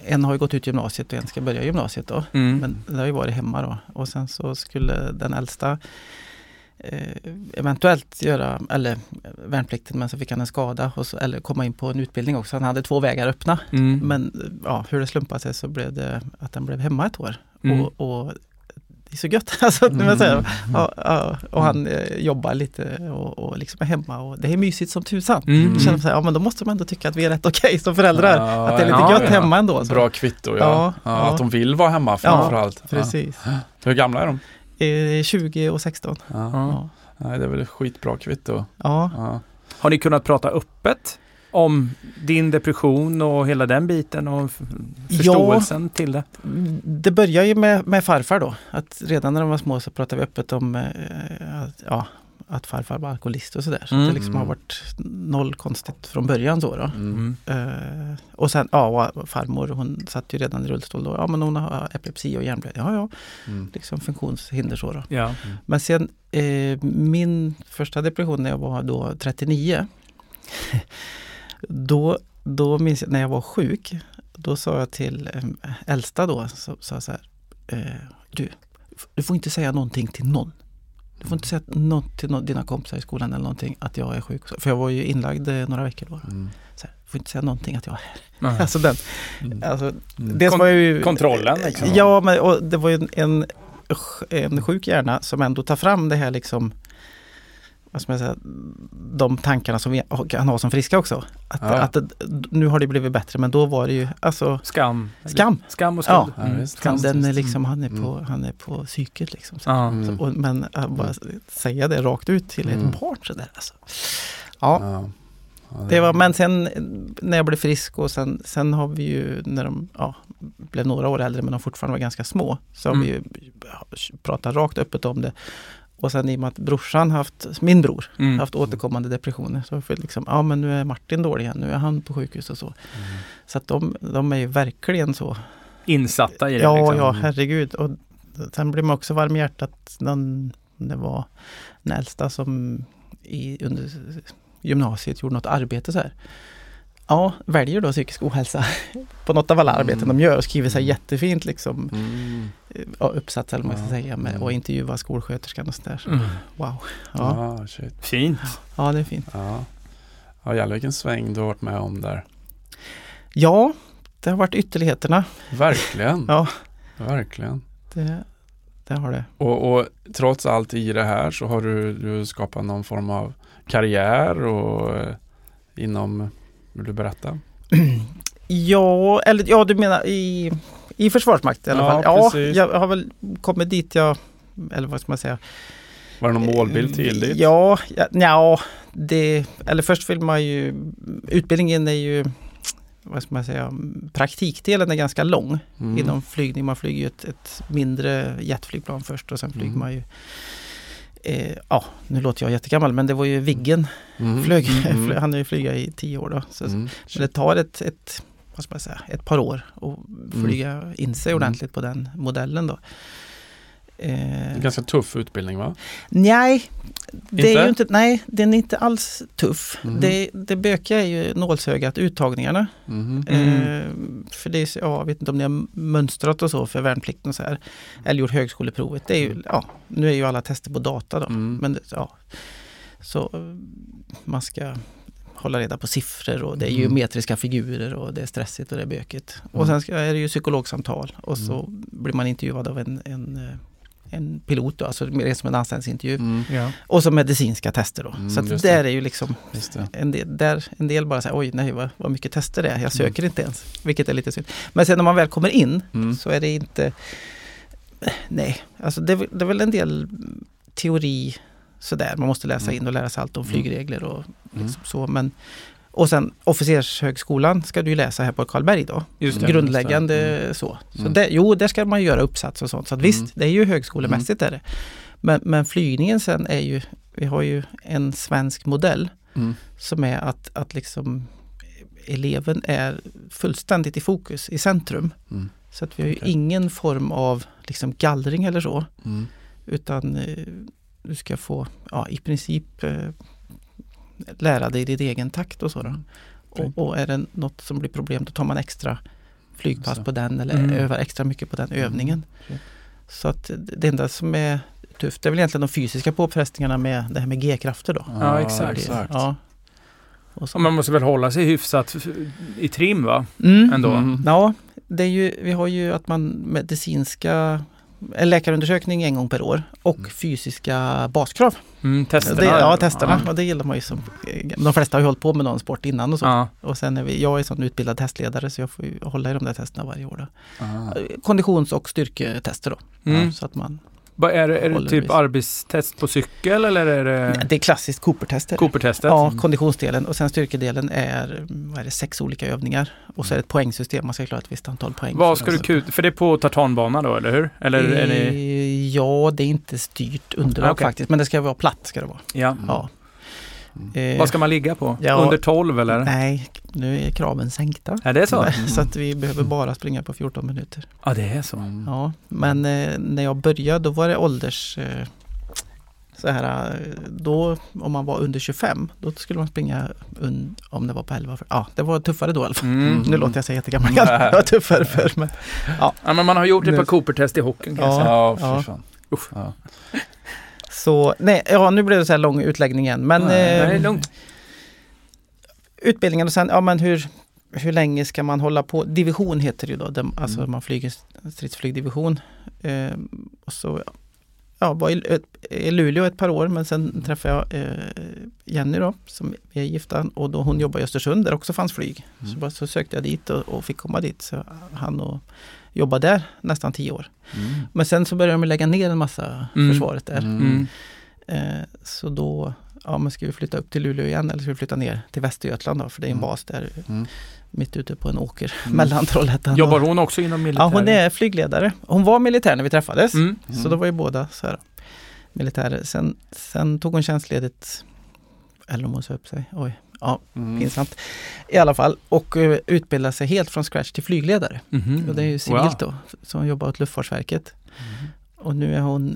en har ju gått ut gymnasiet och en ska börja gymnasiet då. Men det har ju varit hemma då. Och sen så skulle den äldsta eventuellt göra eller värnplikten, men så fick han en skada eller komma in på en utbildning också. Han hade 2 vägar öppna. Men hur det slumpade sig så blev det att han blev hemma ett år. Och det är så gött. Alltså, och han jobbar lite och liksom är hemma och det är mysigt som tusan. Känner så här, men då måste man ändå tycka att vi är rätt okej som föräldrar. Att det är lite gött hemma ändå. Så. Bra kvitto, att de vill vara hemma framförallt. Precis. Hur gamla är de? 20 och 16. Nej, det är väl ett skitbra kvitto. Ja. Har ni kunnat prata öppet om din depression och hela den biten och förståelsen till det? Det börjar ju med farfar då. Att redan när de var små så pratade vi öppet om att farfar var alkoholist och sådär. Så det liksom har varit noll konstigt från början så då. Och sen, farmor hon satt ju redan i rullstol då. Ja, men hon har epilepsi och hjärnblödning. Liksom funktionshinder så då. Ja. Men sen min första depression när jag var då 39 då minns jag när jag var sjuk, då sa jag till äldsta då, så här, du får inte säga någonting till någon. Du får inte säga något till dina kompisar i skolan eller någonting att jag är sjuk. För jag var ju inlagd några veckor då. Så här, du får inte säga någonting att jag är här. Alltså den, det var ju kontrollen liksom. Ja, men och det var ju en sjuk hjärna som ändå tar fram det här liksom, vad ska man säga, de tankarna som vi kan ha som friska också. Att nu har det blivit bättre, men då var det ju alltså skam och skuld. Ja, den är liksom, han är på psyket liksom. Men bara säga det rakt ut till ett barn så där alltså. Det var, men sen när jag blev frisk och sen har vi ju när de blev några år äldre men de fortfarande var ganska små, så har vi ju pratat rakt öppet om det. Och sen i och med att brorsan min bror haft återkommande depressioner, så för liksom, men nu är Martin dålig igen, nu är han på sjukhus och så. Så att de är ju verkligen så insatta i det. Ja, herregud. Och sen blir man också varm i hjärtat det var den äldsta som under gymnasiet gjorde något arbete så här. Väljer då psykisk ohälsa på något av alla arbeten de gör och skriver så här jättefint liksom uppsats eller vad man ska säga och intervjua skolsköterskan och sådär. Wow. Shit. Fint. Ja, det är fint. Jävlar vilken sväng du har varit med om där. Ja, det har varit ytterligheterna. Verkligen. Ja. Verkligen. Det har det. Och trots allt i det här så har du skapat någon form av karriär och inom, vill du berätta? Ja, du menar i Försvarsmakten i alla fall. Precis. Jag har väl kommit dit eller vad ska man säga? Var det någon målbild till dit? Eller först vill man ju, utbildningen är ju, vad ska man säga, praktikdelen är ganska lång inom flygning. Man flyger ju ett mindre jetflygplan först och sen flyger man ju nu låter jag jättegammal, men det var ju Viggen flög. Han har ju flygat i 10 år då. Så det tar vad ska man säga, ett par år att flyga in sig ordentligt på den modellen då. Ganska tuff utbildning, va? Nej, det är ju inte, den är inte alls tuff. Det bökiga är ju nålsögat, uttagningarna. För det är, jag vet inte om ni har mönstrat och så för värnplikten och så här. Eller gjort högskoleprovet. Det är ju, nu är ju alla tester på data då. Men så man ska hålla reda på siffror och det är geometriska figurer och det är stressigt och det är bökigt. Och sen är det ju psykologsamtal och så blir man intervjuad av en pilot då, alltså mer som en anställningsintervju. Och så medicinska tester då. Så att där är ju liksom en del bara säger, oj nej vad mycket tester det är, jag söker inte ens, vilket är lite synd. Men sen när man väl kommer in så är det inte alltså det är väl en del teori sådär, man måste läsa in och lära sig allt om flygregler och liksom så, men och sen officershögskolan ska du ju läsa här på Karlberg då. Just det, grundläggande så. Så där ska man ju göra uppsats och sånt. Så att visst, det är ju högskolemässigt är det. Men flygningen sen är ju, vi har ju en svensk modell som är att liksom eleven är fullständigt i fokus, i centrum. Så att vi har ju ingen form av liksom gallring eller så. Utan du ska få i princip lära dig i din egen takt och så då. Och är det något som blir problem, då tar man extra flygpass på den eller övar extra mycket på den övningen. Så att det enda som är tufft, det är väl egentligen de fysiska påfrestningarna med det här med G-krafter då. Ja, exakt. Ja. Och man måste väl hålla sig hyfsat i trim, va? Ändå. Ja, det är ju, vi har ju att man medicinska läkarundersökning en gång per år och fysiska baskrav. Testerna. Testerna. Och det gillar man ju som, de flesta har ju hållit på med någon sport innan och så. Ja. Och sen jag är sån utbildad testledare så jag får ju hålla i de där testerna varje år. Konditions- och styrketester då. Så att man Är det typ arbetstest på cykel eller är det... Det är klassiskt Cooper-tester. Cooper-testet? Ja, konditionsdelen. Och sen styrkedelen är 6 olika övningar. Och så är det ett poängsystem. Man ska klara ett visst antal poäng. Vad ska du för det är på tartanbana då, eller hur? Eller är det... Ja, det är inte styrt underlag faktiskt. Men det ska vara platt, ska det vara. Ja. Vad ska man ligga på? Under 12 eller? Nej, nu är kraven sänkta. Är det så? Så att vi behöver bara springa på 14 minuter. Ja, det är så. Ja, men när jag började då var det ålders... så här, då om man var under 25 då skulle man springa om det var på 11. Ja, det var tuffare då i alla fall. Nu låter jag säga jättegammal. Det var tuffare för men men man har gjort ett par Cooper-test i hockeyn kan jag säga. Ja, för fan. Så nu blev det så här lång utläggning igen. Men nej, lugnt. Utbildningen och sen, men hur länge ska man hålla på? Division heter det ju då. Alltså man flyger stridsflygdivision. Och så var i Luleå ett par år, men sen träffade jag Jenny då, som är gifta, och då hon jobbar i Östersund där också fanns flyg. Så sökte jag dit och fick komma dit. Så han och jobba där nästan 10 år. Men sen så började de lägga ner en massa försvaret där. Så då men ska vi flytta upp till Luleå igen eller ska vi flytta ner till Västergötland då, för det är en bas där mitt ute på en åker mellan Trollhättan. Jobbar hon också inom militär? Ja, hon är flygledare. Hon var militär när vi träffades. Så då var ju båda så här militärer. Sen tog hon tjänstledigt, eller om hon sa upp sig. Oj. Ja, pinsamt. I alla fall. Och utbildade sig helt från scratch till flygledare. Och det är ju civilt då. Så hon jobbar åt Luftfartsverket. Och nu är hon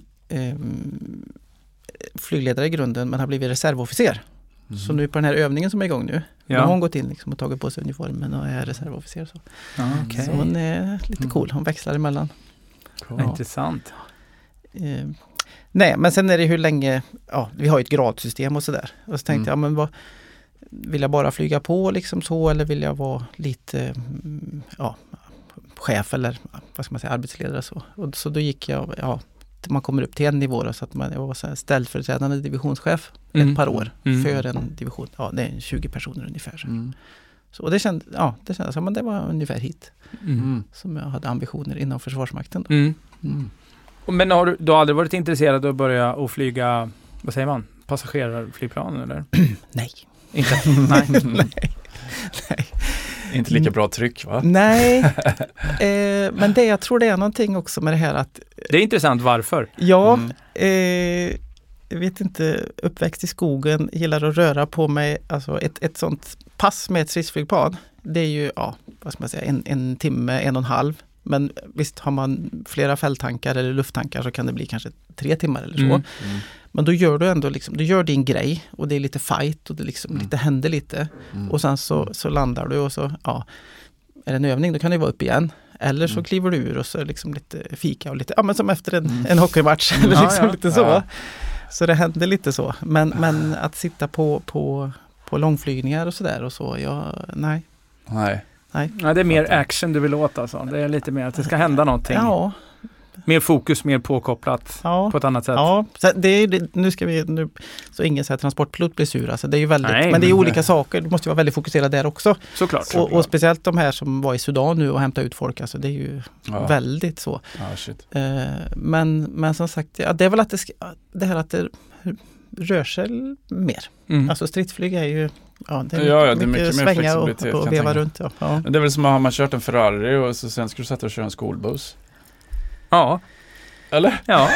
flygledare i grunden, men har blivit reservofficer. Så nu på den här övningen som är igång nu, då har hon gått in liksom och tagit på sig uniformen och är reservofficer. Så hon är lite cool. Hon växlar emellan. Cool. Intressant. Nej, men sen är det hur länge, vi har ju ett gradsystem och sådär. Och så tänkte jag, men vill jag bara flyga på liksom så, eller vill jag vara lite chef eller vad ska man säga, arbetsledare så. Och så då gick jag, man kommer upp till en nivå då, så att jag var så här ställföreträdande divisionschef ett par år för en division. Ja, det är 20 personer ungefär. Så och det kändes som det var ungefär hit som jag hade ambitioner inom Försvarsmakten då. Men du har aldrig varit intresserad av att börja och flyga, vad säger man, passagerarflygplan eller? Nej. Inte? Nej. Inte lika bra tryck, va? Nej, men jag tror det är någonting också med det här att... Det är intressant, varför? Ja, jag vet inte, uppväxt i skogen, gillar att röra på mig. Alltså ett sånt pass med ett stridsflygplan, det är ju, vad ska man säga, en timme, 1,5. Men visst, har man flera fälttankar eller lufttankar så kan det bli kanske 3 timmar eller så. Men då gör du ändå liksom, du gör din grej och det är lite fight och det liksom lite händer lite. Och sen så landar du och så, är det en övning, då kan det vara upp igen. Eller så kliver du ur och så är det liksom lite fika och lite, men som efter en hockeymatch eller liksom lite så. Ja. Så det händer lite så. Men att sitta på långflygningar och sådär och så, nej. Nej, det är mer action du vill åt alltså. Det är lite mer att det ska hända någonting. Ja. Mer fokus, mer påkopplat på ett annat sätt. Ja, så så ingen så här transportpilot blir sur. Alltså det är ju väldigt, men det är olika saker. Du måste vara väldigt fokuserad där också. Såklart. Och speciellt de här som var i Sudan nu och hämtade ut folk. Alltså det är ju väldigt så. Shit. Men som sagt, det är väl att det här att det rör sig mer. Alltså stridsflyg är ju det är mycket svänga och veva runt. Ja. Det är väl som att man kört en Ferrari och så sen ska du sätta och köra en skolbuss. Ja. Eller? Ja.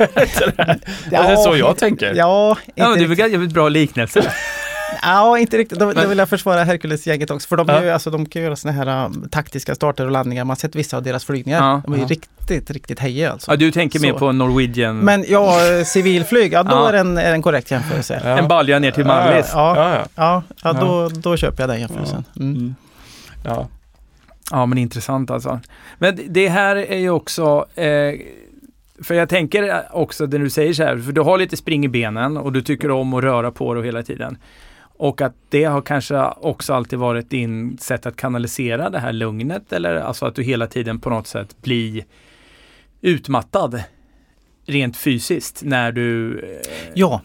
Det är så jag tänker. Ja, det är väl jävligt bra liknelse. Ja, inte riktigt. Då vill jag försvara Hercules-gänget också. För de kan göra såna här taktiska starter och landningar. Man har sett vissa av deras flygningar. De är ju riktigt hejiga alltså. Ja, du tänker mer på Norwegian. Men civilflyg, då är en korrekt jämförelse. Ja. En balja ner till Mallis. Då köper jag den jämförelsen. Ja. Ja, men intressant alltså. Men det här är ju också... för jag tänker också det du säger så här, för du har lite spring i benen och du tycker om att röra på dig hela tiden. Och att det har kanske också alltid varit din sätt att kanalisera det här lugnet, eller alltså att du hela tiden på något sätt blir utmattad rent fysiskt när du... Ja,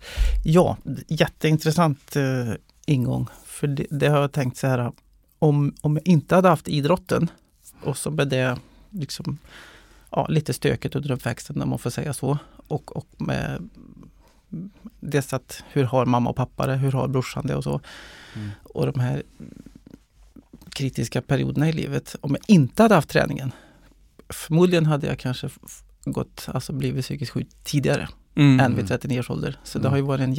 jätteintressant ingång. För det har jag tänkt så här, om jag inte hade haft idrotten och så blev det liksom lite stökigt under uppväxten, om man får säga så. Och med det att hur har mamma och pappa det, hur har brorsan det och så. Och de här kritiska perioderna i livet. Om jag inte hade haft träningen, förmodligen hade jag kanske blivit psykiskt sjuk tidigare än vid 39 års ålder. Så det har ju varit en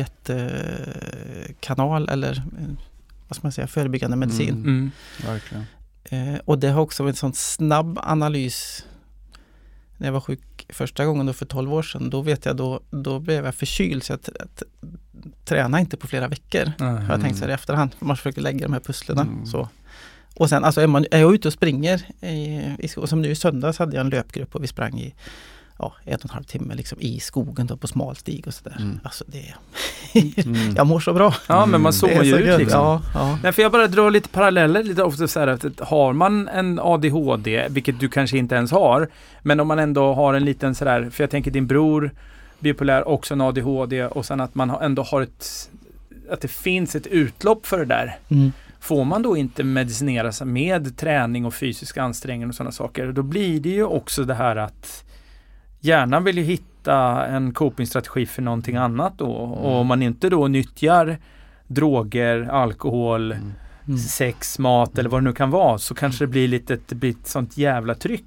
jättekanal, eller vad ska man säga, förebyggande medicin. Verkligen. Och det har också varit en sån snabb analys. När jag var sjuk första gången då för 12 år sedan, då vet jag, då blev jag förkyld, så jag tränade inte på flera veckor. Har jag tänkt så här i efterhand. Man försöker lägga de här pusslerna. Så. Och sen alltså är jag ute och springer och som nu i söndags hade jag en löpgrupp och vi sprang i 1,5 timme liksom i skogen då, på smal stig och sådär. Alltså det jag mår så bra. Ja, men man zoomar ju ut liksom. Ja. Nej, för jag bara drar lite paralleller lite ofta så här, att har man en ADHD, vilket du kanske inte ens har, men om man ändå har en liten sådär, för jag tänker din bror bipolär, också en ADHD, och sen att man ändå har att det finns ett utlopp för det där. Får man då inte medicinera sig med träning och fysisk ansträngning och sådana saker, då blir det ju också det här att hjärnan vill ju hitta en copingstrategi för någonting annat då. Och om man inte då nyttjar droger, alkohol, sex, mat eller vad det nu kan vara, så kanske det blir ett sånt jävla tryck.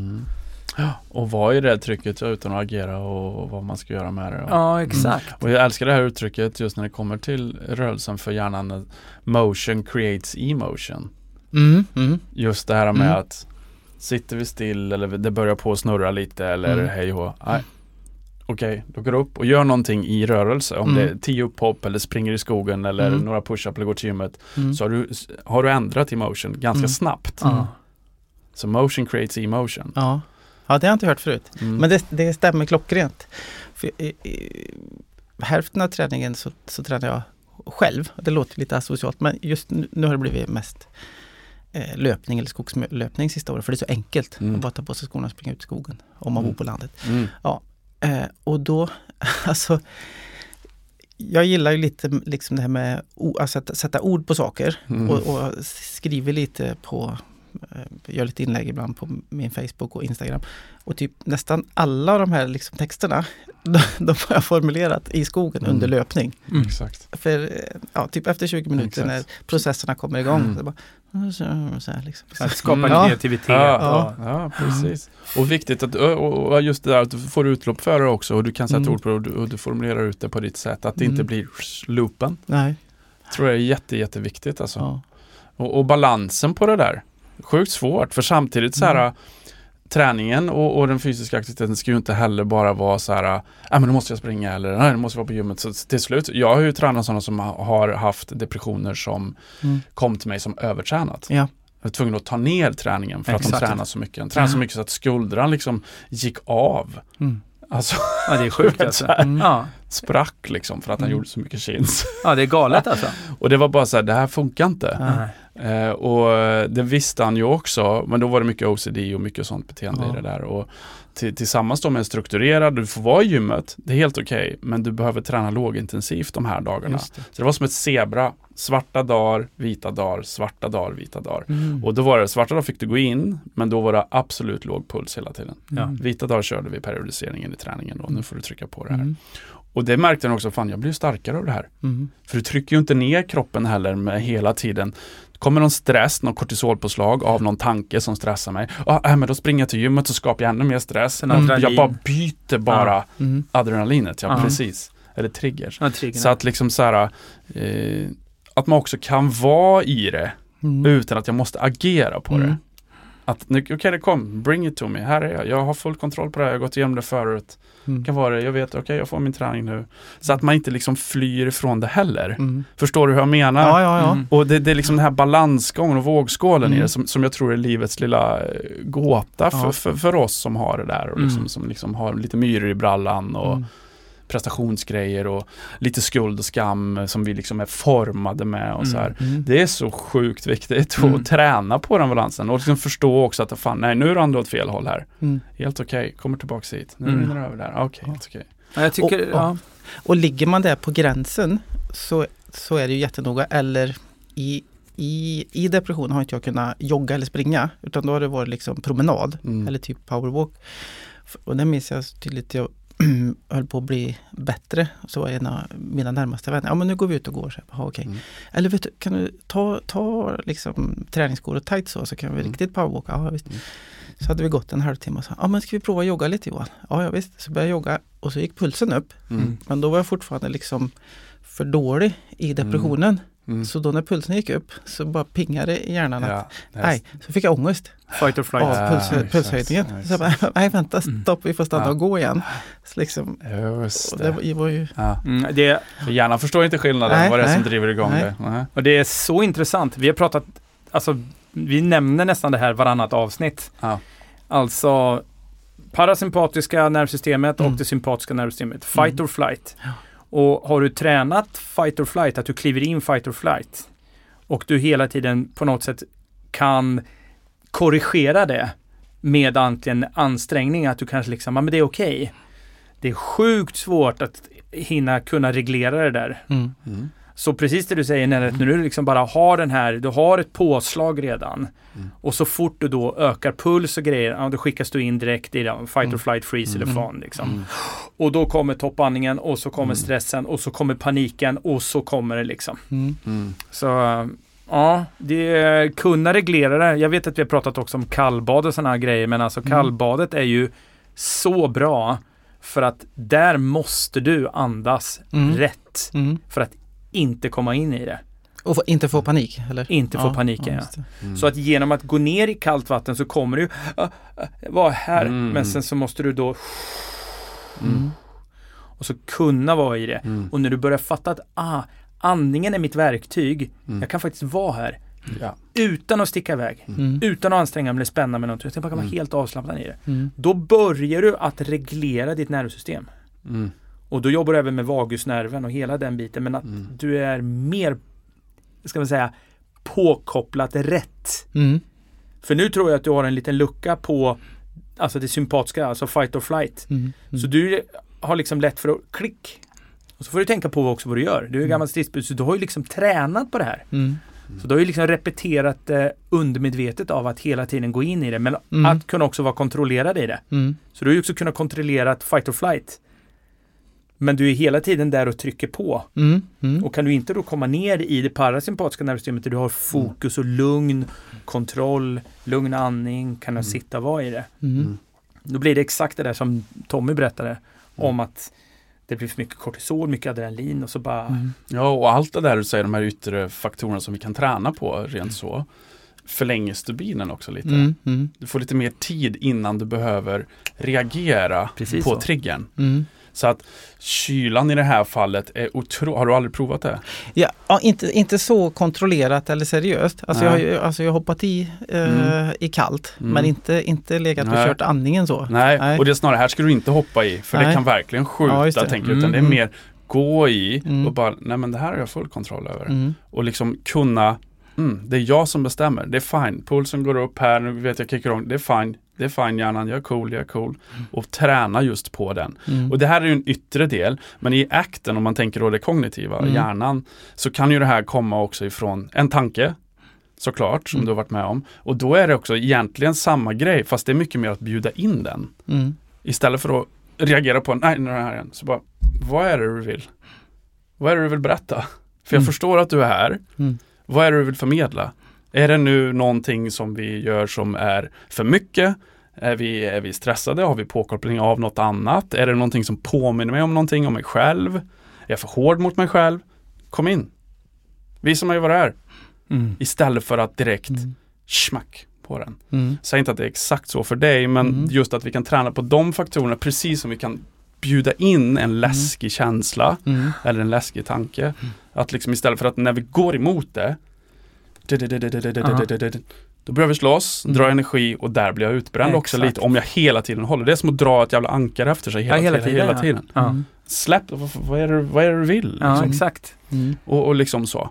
Och vad är det trycket utan att agera och vad man ska göra med det. Ja, exakt. Och jag älskar det här uttrycket just när det kommer till rörelsen för hjärnan. Motion creates emotion. Just det här med att sitter vi still eller det börjar på att snurra lite eller hej och okej, då går du upp och gör någonting i rörelse. Om det är 10 upphopp eller springer i skogen eller några push-up eller går till gymmet, så har du ändrat emotion ganska snabbt. Så motion creates emotion. Ja, det har jag inte hört förut. Men det stämmer klockrent. För hälften av träningen så tränar jag själv. Det låter lite asocialt, men just nu har det blivit mest löpning eller skogslöpning sista året, för det är så enkelt att bara ta på sig skorna och springa ut i skogen om man bor på landet. Och då alltså jag gillar ju lite liksom det här med att sätta ord på saker och skriver lite på gör lite inlägg ibland på min Facebook och Instagram, och typ nästan alla de här liksom texterna de har jag formulerat i skogen under löpning. Exakt. För typ efter 20 minuter när processerna kommer igång så bara så här liksom. Att skapa kreativitet. Ja, precis. Och viktigt att och just det där att du får utlopp för det också, och du kan sätta ord på det och du formulerar ut det på ditt sätt, att det inte blir loopen. Nej. Tror jag är jätteviktigt alltså. Och balansen på det där. Sjukt svårt, för samtidigt så här träningen och den fysiska aktiviteten ska ju inte heller bara vara så här, men då måste jag springa eller nej, då måste jag vara på gymmet. Så till slut, jag har ju tränat sådana som har haft depressioner som kom till mig som övertränat. Ja. Jag var tvungen att ta ner träningen för att de tränar så mycket. De tränar så mycket så att skuldran liksom gick av. Alltså, ja, det är sjukt alltså. Sprack liksom för att han gjorde så mycket chins. Ja, det är galet alltså. Och det var bara så här, det här funkar inte. Och det visste han ju också, men då var det mycket OCD och mycket sånt beteende i det där. Och tillsammans då med en strukturerad, du får vara i gymmet, det är helt okej, men du behöver träna lågintensivt de här dagarna. Så det var som ett zebra, svarta dagar, vita dagar, svarta dagar, vita dagar. Och då var det, svarta dagar fick du gå in, men då var det absolut låg puls hela tiden. Vita dagar körde vi periodiseringen i träningen då, nu får du trycka på det här. Och det märkte han också, fan jag blir starkare av det här. För du trycker ju inte ner kroppen heller med hela tiden. Kommer någon stress, någon kortisolpåslag av någon tanke som stressar mig. Men då springer jag till gymmet och skapar jag ännu mer stress. Jag bara byter bara adrenalinet, precis. Eller triggers. Så att liksom så här, att man också kan vara i det utan att jag måste agera på det. Att okej, det kom, bring it to me, här är jag har full kontroll på det här, jag har gått igenom det förut. Kan vara det, jag vet, okej, jag får min träning nu. Så att man inte liksom flyr ifrån det heller. Förstår du hur jag menar? Ja. Och det är liksom den här balansgången och vågskålen i det som jag tror är livets lilla gåta för oss som har det där och liksom, som liksom har lite myror i brallan och prestationsgrejer och lite skuld och skam som vi liksom är formade med och så här. Det är så sjukt viktigt att träna på den balansen och liksom förstå också att fan, nej, nu är det ändå åt fel håll här. Helt okej, kommer tillbaka hit. Nu rinner det över där. Okej, helt okej. Ja, jag tycker, och ligger man där på gränsen så är det ju jättenoga. Eller i depression har inte jag kunnat jogga eller springa, utan då har det varit liksom promenad eller typ powerwalk. Och det minns jag tydligt, jag höll på att bli bättre. Så var en av mina närmaste vänner, men nu går vi ut och går. Okej. Eller vet du, kan du ta liksom träningsskor och tights så kan vi riktigt powerwalka. Ja, visst. Så hade vi gått en halvtimme och sa, men ska vi prova jogga lite, Johan? Ja, visst. Så började jag jogga och så gick pulsen upp. Men då var jag fortfarande liksom för dålig i depressionen. Så då när pulsen gick upp så bara pingade i hjärnan att så fick jag ångest. Fight or flight. Av pulshöjningen. Så jag bara, nej vänta, stopp, vi får stanna och gå igen. Så liksom, just det. Och det var ju... För hjärnan förstår inte skillnaden, vad det är som driver igång det. Och det är så intressant. Vi har pratat, alltså vi nämner nästan det här varannat avsnitt. Alltså parasympatiska nervsystemet och det sympatiska nervsystemet. Fight or flight. Och har du tränat fight or flight, att du kliver in fight or flight och du hela tiden på något sätt kan korrigera det med antingen ansträngning, att du kanske liksom, men det är okej. Det är sjukt svårt att hinna kunna reglera det där. Så precis det du säger, när du liksom bara har den här, du har ett påslag redan och så fort du då ökar puls och grejer, då skickas du in direkt i fight or flight, freeze eller fawn liksom. Och då kommer toppandningen och så kommer stressen och så kommer paniken och så kommer det liksom. Så ja, det är kunna reglera det. Jag vet att vi har pratat också om kallbad och såna här grejer, men alltså kallbadet är ju så bra för att där måste du andas rätt för att inte komma in i det. Och inte få panik, eller? Inte få paniken, Så att genom att gå ner i kallt vatten så kommer du vara här, men sen så måste du då och så kunna vara i det. Och när du börjar fatta att andningen är mitt verktyg, jag kan faktiskt vara här utan att sticka iväg, utan att anstränga mig eller spänna med något, utan bara kan vara helt avslappnad i det. Då börjar du att reglera ditt nervsystem. Och då jobbar du även med vagusnerven och hela den biten, men att du är mer, ska man säga, påkopplat rätt. För nu tror jag att du har en liten lucka på alltså det sympatiska, alltså fight or flight. Så du har liksom lätt för att klick. Och så får du tänka på också vad du gör. Du är gammal stridsbud, så du har ju liksom tränat på det här. Så du har ju liksom repeterat undermedvetet av att hela tiden gå in i det, men att kunna också vara kontrollerad i det. Så du har ju också kunnat kontrollera fight or flight. Men du är hela tiden där och trycker på. Och kan du inte då komma ner i det parasympatiska nervsystemet där du har fokus och lugn, kontroll, lugn andning, kan du sitta och vara i det. Då blir det exakt det där som Tommy berättade om att det blir för mycket kortisol, mycket adrenalin och så bara... Ja, och allt det där du säger, de här yttre faktorerna som vi kan träna på rent så, förlänger stubinen också lite. Du får lite mer tid innan du behöver reagera på triggern. Så att kylan i det här fallet är otroligt. Har du aldrig provat det? Ja, inte så kontrollerat eller seriöst. Alltså jag har hoppat i kallt, men inte legat och kört andningen så. Nej, och det är snarare här ska du inte hoppa i, för det kan verkligen skjuta, tänker utan det är mer gå i och bara, nej men det här har jag full kontroll över. Och liksom kunna, det är jag som bestämmer, det är fine. Pulsen går upp här, nu vet jag kickar igång, det är fine. Det är fine hjärnan, jag är cool. Och träna just på den. Och det här är ju en yttre del, men i akten, om man tänker då det kognitiva, hjärnan, så kan ju det här komma också ifrån en tanke, såklart, som du har varit med om. Och då är det också egentligen samma grej, fast det är mycket mer att bjuda in den. Istället för att reagera på, nej, nu är det här igen. Så bara, vad är det du vill? Vad är det du vill berätta? För jag förstår att du är här. Vad är det du vill förmedla? Är det nu någonting som vi gör som är för mycket? Är vi stressade? Har vi påkoppling av något annat? Är det någonting som påminner mig om någonting om mig själv? Är jag för hård mot mig själv? Kom in. Visa mig vad det är. Istället för att direkt smack på den. Säg inte att det är exakt så för dig, men just att vi kan träna på de faktorerna precis som vi kan bjuda in en läskig känsla eller en läskig tanke. Att liksom istället för att när vi går emot det då börjar vi slås, dra energi och där blir jag utbränd också lite om jag hela tiden håller. Det är som att dra ett jävla ankare efter sig hela tiden. Släpp, vad är det du vill? Liksom. Ja, exakt. Och liksom så.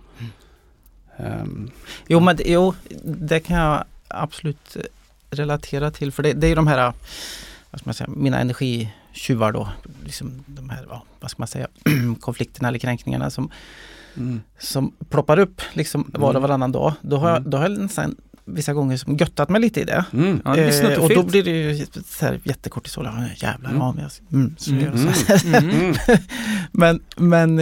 Jo, det kan jag absolut relatera till. För det är de här, vad ska man säga, mina energitjuvar då. Liksom de här, vad ska man säga, konflikterna eller kränkningarna som ploppar upp liksom var och varannan dag. Då har jag nästan vissa gånger som göttat mig lite i det. Och då blir det ju så här jättekortisol. Jävlar, men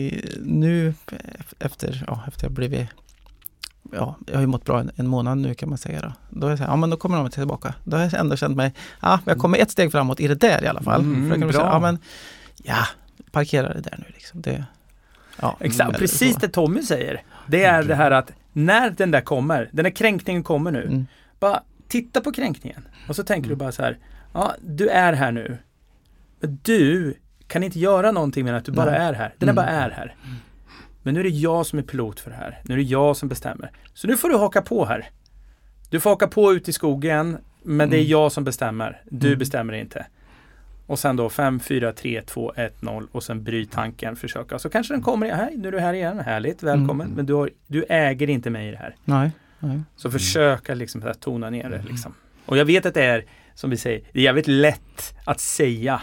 nu efter jag blivit jag har ju mått bra en månad nu kan man säga då är jag så här, men då kommer de tillbaka. Då har jag ändå känt mig, jag kommer ett steg framåt i det där i alla fall. För då kan du säga, parkera det där nu liksom. Det, exakt, precis det Tommy säger. Det är det här att när den där kränkningen kommer nu, bara titta på kränkningen och så tänker du bara så här, du är här nu. Men du kan inte göra någonting med att du bara är här. Den är bara är här. Men nu är det jag som är pilot för det här. Nu är det jag som bestämmer. Så nu får du haka på här. Du får haka på ut i skogen, men det är jag som bestämmer. Du bestämmer inte. Och sen då 5, 4, 3, 2, 1, 0 och sen bryt tanken, försöka. Så kanske den kommer, nu är du här igen, härligt, välkommen. Men du äger inte mig i det här. Nej. Så försöka liksom att tona ner det liksom. Och jag vet att det är, som vi säger, det är jävligt lätt att säga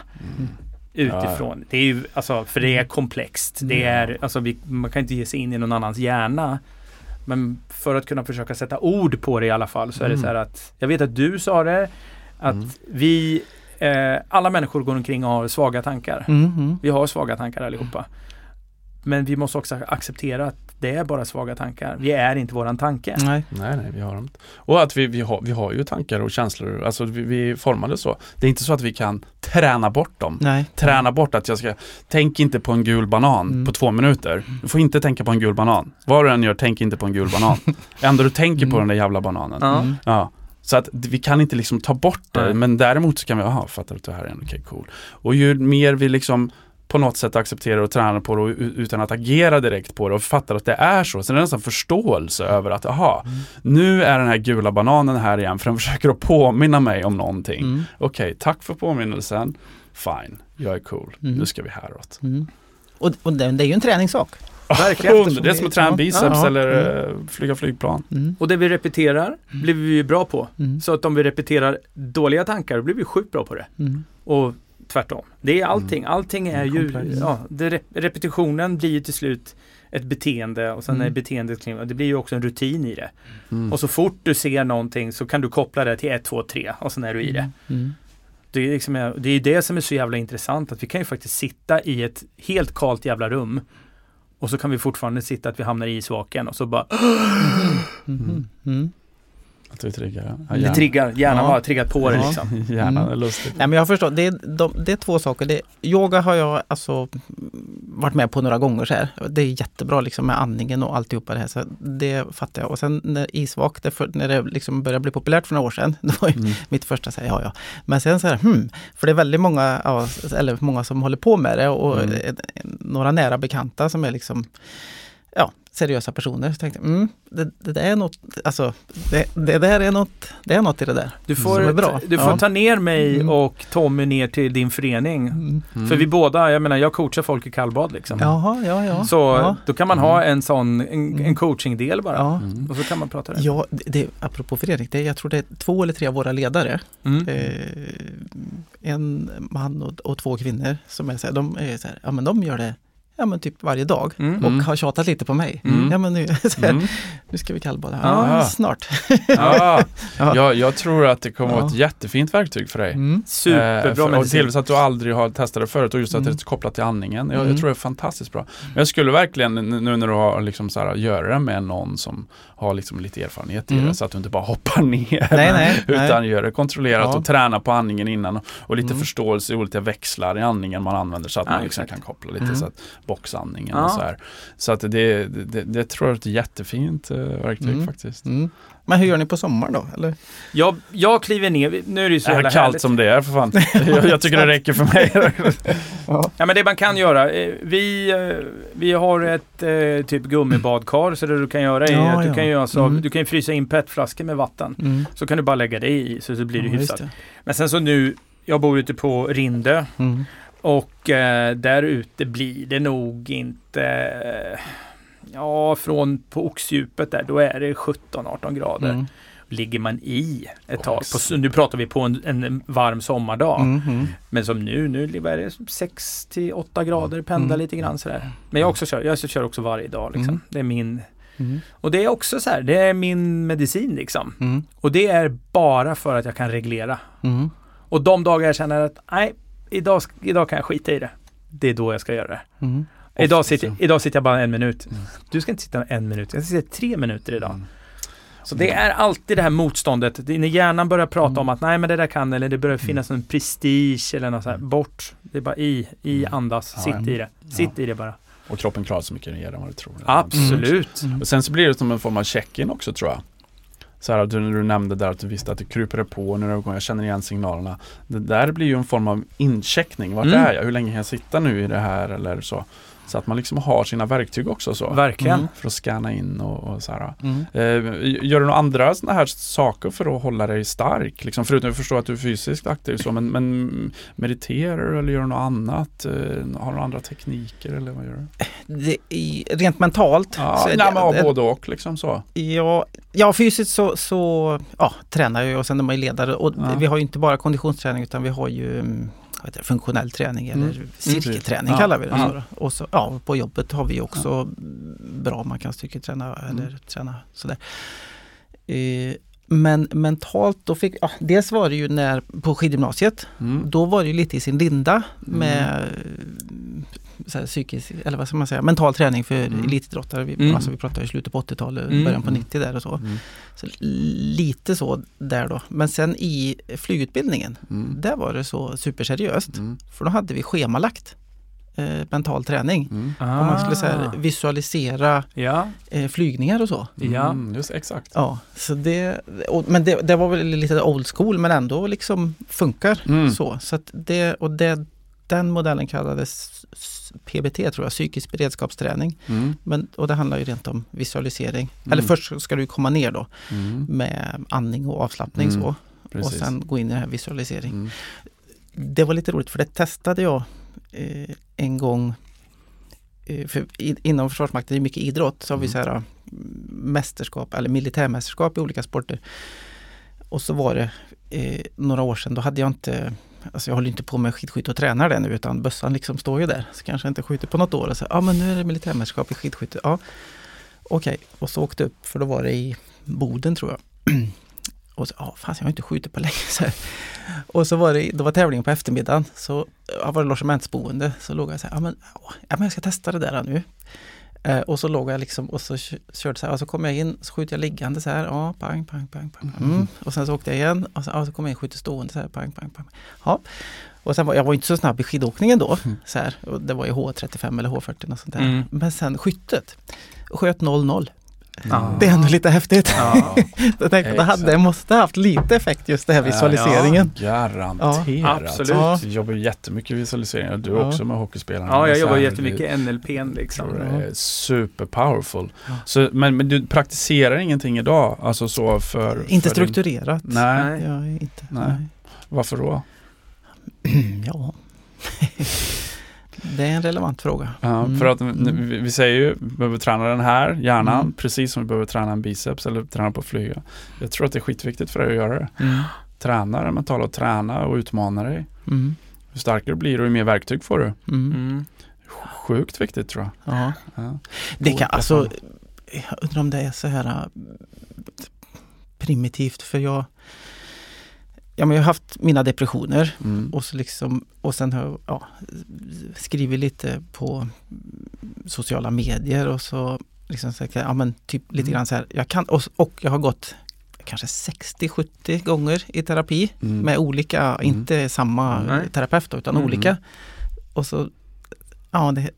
utifrån. Det är ju, alltså, för det är komplext. Det är, alltså, man kan inte ge sig in i någon annans hjärna. Men för att kunna försöka sätta ord på det i alla fall så är det så här att, jag vet att du sa det, att vi alla människor går omkring och har svaga tankar. Vi har svaga tankar allihopa. Men vi måste också acceptera att det är bara svaga tankar. Vi är inte våran tanke. Nej, vi har dem. Och att vi har ju tankar och känslor. Alltså vi formade så. Det är inte så att vi kan träna bort dem. Nej. Träna bort att tänk inte på en gul banan på 2 minuter. Du får inte tänka på en gul banan. Vad du än gör, tänk inte på en gul banan. Ändå du tänker på den där jävla bananen. Ja. Så att vi kan inte liksom ta bort det. Men däremot så kan vi, fattar du att det här är okej, cool. Och ju mer vi liksom på något sätt accepterar och tränar på det utan att agera direkt på det och fattar att det är så. Sen är det nästan förståelse över att nu är den här gula bananen här igen för den försöker att påminna mig om någonting. Okej, tack för påminnelsen. Fine, jag är cool. Nu ska vi häråt. Och det är ju en träningssak. Verkligen. Det är som att träna biceps eller flyga flygplan. Och det vi repeterar blir vi ju bra på. Så att om vi repeterar dåliga tankar blir vi sjukt bra på det. Och tvärtom. Det är allting. Allting är ju... repetitionen blir ju till slut ett beteende och sen är beteendet... Det blir ju också en rutin i det. Och så fort du ser någonting så kan du koppla det till 1, 2, 3 och sen är du i det. Det är liksom, det är det som är så jävla intressant att vi kan ju faktiskt sitta i ett helt kallt jävla rum och så kan vi fortfarande sitta att vi hamnar i isvaken och så bara... Att du triggar. Det triggar, hjärnan har triggat på det liksom. Hjärnan är lustigt. Nej, men jag förstår, det är 2 saker. Yoga har jag alltså varit med på några gånger så här. Det är jättebra liksom med andningen och alltihopa det här. Så det fattar jag. Och sen när isvak, när det liksom började bli populärt för några år sedan, det var ju mitt första så här, Men sen så här, för det är väldigt många, eller många som håller på med det och några nära bekanta som är liksom, seriösa personer. Så tänkte det där är något, alltså det där är något i det där. Du får ta ner mig och Tommy ner till din förening. För vi båda, jag coachar folk i kallbad liksom. Ja. Så då kan man ha en sån en coachingdel bara. Och så kan man prata det. Ja, det apropå förening, jag tror det är 2 eller 3 av våra ledare. En man och 2 kvinnor som är så här, de är så här, men de gör det typ varje dag och har tjatat lite på mig. Men nu ska vi kallbada. Snart. Jag tror att det kommer att vara ett jättefint verktyg för dig. Superbra. Och till så att du aldrig har testat det förut och just att det är kopplat till andningen. Jag tror det är fantastiskt bra. Men jag skulle verkligen, nu när du har liksom så här, göra det med någon som har liksom lite erfarenhet i det så att du inte bara hoppar ner utan gör det kontrollerat och träna på andningen innan och lite förståelse i olika växlar i andningen man använder så att man liksom kan koppla lite så att boxandningen och så här. Så att det tror jag är ett jättefint verktyg faktiskt. Men hur gör ni på sommaren då? Eller? Jag kliver ner, nu är det ju så jävla kallt härligt. som det är för fan. Jag tycker det räcker för mig. Ja, men det man kan göra, vi har ett typ gummibadkar, så det du kan göra är att du kan göra så, du kan frysa in petflaskor med vatten. Så kan du bara lägga det i, så blir det hyfsat. Men sen så nu, jag bor ute på Rindö och där ute blir det nog inte från på oxdjupet där, då är det 17-18 grader. Ligger man i ett tag. Nu pratar vi på en varm sommardag. Men som nu är det 6-8 grader, pendlar lite grann sådär. Men jag kör också varje dag liksom. Det är min och det är också så här, det är min medicin liksom. Och det är bara för att jag kan reglera. Och de dagar jag känner att nej, idag kan jag skita i det. Det är då jag ska göra det. Idag sitter jag bara 1 minut. Du ska inte sitta 1 minut. Jag ska sitta 3 minuter idag. Så det är alltid det här motståndet. När hjärnan börjar prata om att nej, men det där kan, eller det börjar finnas en prestige eller något så här, bort. Det är bara andas, sitt i det. Sitt i det bara. Och kroppen klarar så mycket mer än vad du tror. Absolut. Och sen så blir det som en form av check-in också, tror jag. Så här, när du nämnde där att du visste att du kryper på när jag känner igen signalerna. Det där blir ju en form av incheckning. Vart är jag? Hur länge kan jag sitta nu i det här eller så? Så att man liksom har sina verktyg också så. Verkligen. För att scanna in och så här. Gör du några andra såna här saker för att hålla dig stark? Liksom, förutom att förstå att du är fysiskt aktiv så, men mediterar du eller gör du något annat? Har du andra tekniker eller vad gör du? Rent mentalt? Både och liksom så. Ja, fysiskt så tränar jag och sen är man ju ledare. Och vi har ju inte bara konditionsträning utan vi har ju funktionell träning eller styrketräning kallar vi det så. Och så på jobbet har vi också bra, man kan styrketräna eller träna sådär. Men mentalt då fick dels var det ju när på skidgymnasiet då var det ju lite i sin linda med så här, psykisk, eller vad ska man säga, mental träning för elitidrottare. Vi pratar i slutet på 80-talet, början på 90 där och så. Så lite så där då. Men sen i flygutbildningen, där var det så superseriöst. För då hade vi schemalagt mental träning. Om man skulle säga visualisera flygningar och så. Just exakt. Ja, så men det var väl lite old school men ändå liksom funkar så. Så att den modellen kallades PBT tror jag, psykisk beredskapsträning. Och det handlar ju rent om visualisering. Eller först ska du komma ner då med andning och avslappning så. Precis. Och sen gå in i den här visualisering. Det var lite roligt för det testade jag en gång för inom Försvarsmakten är det mycket idrott så har vi så här mästerskap eller militärmästerskap i olika sporter. Och så var det några år sedan, då hade jag inte, alltså jag håller inte på med skidskytte och tränar det nu utan bössan liksom står ju där. Så kanske jag inte skjuter på något år och så men nu är det militärmästerskap i skidskytte. Ja, okej. Och så åkte upp, för då var det i Boden tror jag. Och så, jag har inte skjutit på länge så här. Och så var det, tävlingen på eftermiddagen, så var det logementsboende, så låg jag så här, men jag ska testa det där nu. Och så låg jag liksom, och så körde så här, och så kom jag in, så skjuter jag liggande så här, pang, pang, pang, pang. Och sen så åkte jag igen, och så kom jag in, skjuter stående så här, pang, pang, pang. Ja. Och sen jag var inte så snabb i skidåkningen då, så här, och det var ju H35 eller H40 och sånt där. Men sen skyttet, sköt 0-0. Det är ändå lite häftigt. Jag tänkte det måste ha haft lite effekt just det här visualiseringen. Garanterat. Absolut. Du jobbar jättemycket visualisering. Du också med hockeyspelarna. Ja, jag jobbar jättemycket NLP:n liksom. Det är super powerful. Så, men du praktiserar ingenting idag? Alltså så inte strukturerat. Nej. Nej. Varför då? Ja. Det är en relevant fråga. För att vi säger ju, vi behöver träna den här hjärnan, precis som vi behöver träna en biceps eller träna på att flyga. Jag tror att det är skitviktigt för dig att göra det. Träna den mentala, träna och utmana dig. Hur starkare blir du, ju mer verktyg får du. Sjukt viktigt tror jag. Ja. Det kan, alltså, jag undrar om det är så här primitivt, för jag har haft mina depressioner och så liksom, och sen har jag skrivit lite på sociala medier och så liksom sagt, typ lite grann så här, jag kan, och jag har gått kanske 60-70 gånger i terapi med olika, inte samma terapeut utan olika, och så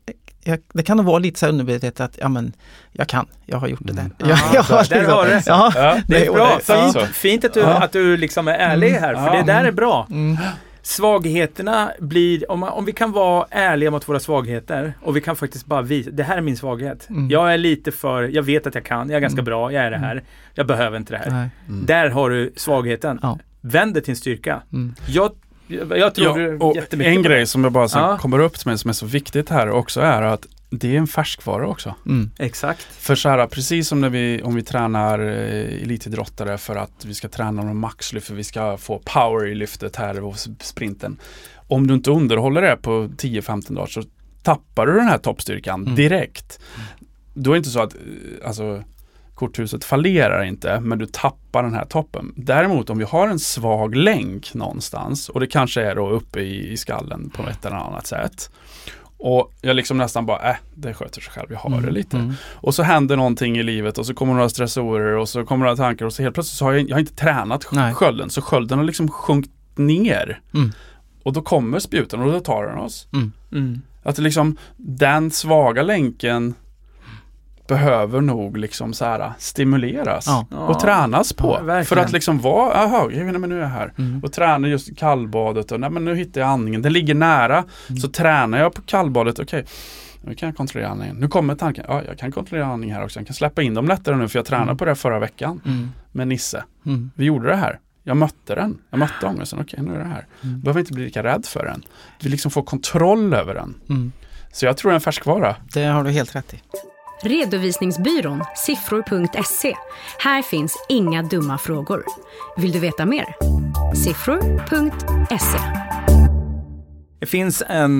det kan nog vara lite så här undermedvetet att jag har gjort det där. Där har du det. Ja, det är bra. Så. Fint att du liksom är ärlig här, för det där är bra. Svagheterna blir, om vi kan vara ärliga mot våra svagheter och vi kan faktiskt bara visa, det här är min svaghet. Jag är jag vet att jag kan, jag är ganska bra, jag är det här. Jag behöver inte det här. Där har du svagheten. Vänd det till en styrka. Jag tror och jättemycket en grej som jag bara kommer upp med som är så viktigt här också är att det är en färskvara också. Exakt. För så här, precis som om vi tränar elitidrottare för att vi ska träna någon maxlyft, för vi ska få power i lyftet här och sprinten. Om du inte underhåller det på 10-15 dagar så tappar du den här toppstyrkan direkt. Då är det inte så att korthuset fallerar inte, men du tappar den här toppen. Däremot om vi har en svag länk någonstans, och det kanske är då uppe i skallen på ett eller annat sätt, och jag liksom nästan bara, det sköter sig själv, jag har det lite. Och så händer någonting i livet och så kommer några stressorer och så kommer några tankar och så helt plötsligt så har jag inte tränat skölden, så skölden har liksom sjunkit ner. Och då kommer spjuten och då tar den oss. Att det liksom, den svaga länken behöver nog liksom så här stimuleras och tränas på. För att liksom vara, men nu är jag här. Och träna just kallbadet och men nu hittar jag andningen. Den ligger nära, så tränar jag på kallbadet. Okej, nu kan jag kontrollera andningen. Nu kommer tanken, jag kan kontrollera andningen här också. Jag kan släppa in dem lättare nu, för jag tränade på det förra veckan med Nisse. Vi gjorde det här. Jag mötte den. Jag mötte ångesten. Okej, nu är det här. Behöver inte bli lika rädd för den. Vi liksom får kontroll över den. Så jag tror det är en färskvara. Det har du helt rätt i. Redovisningsbyrån siffror.se. Här finns inga dumma frågor. Vill du veta mer? Siffror.se. Det finns en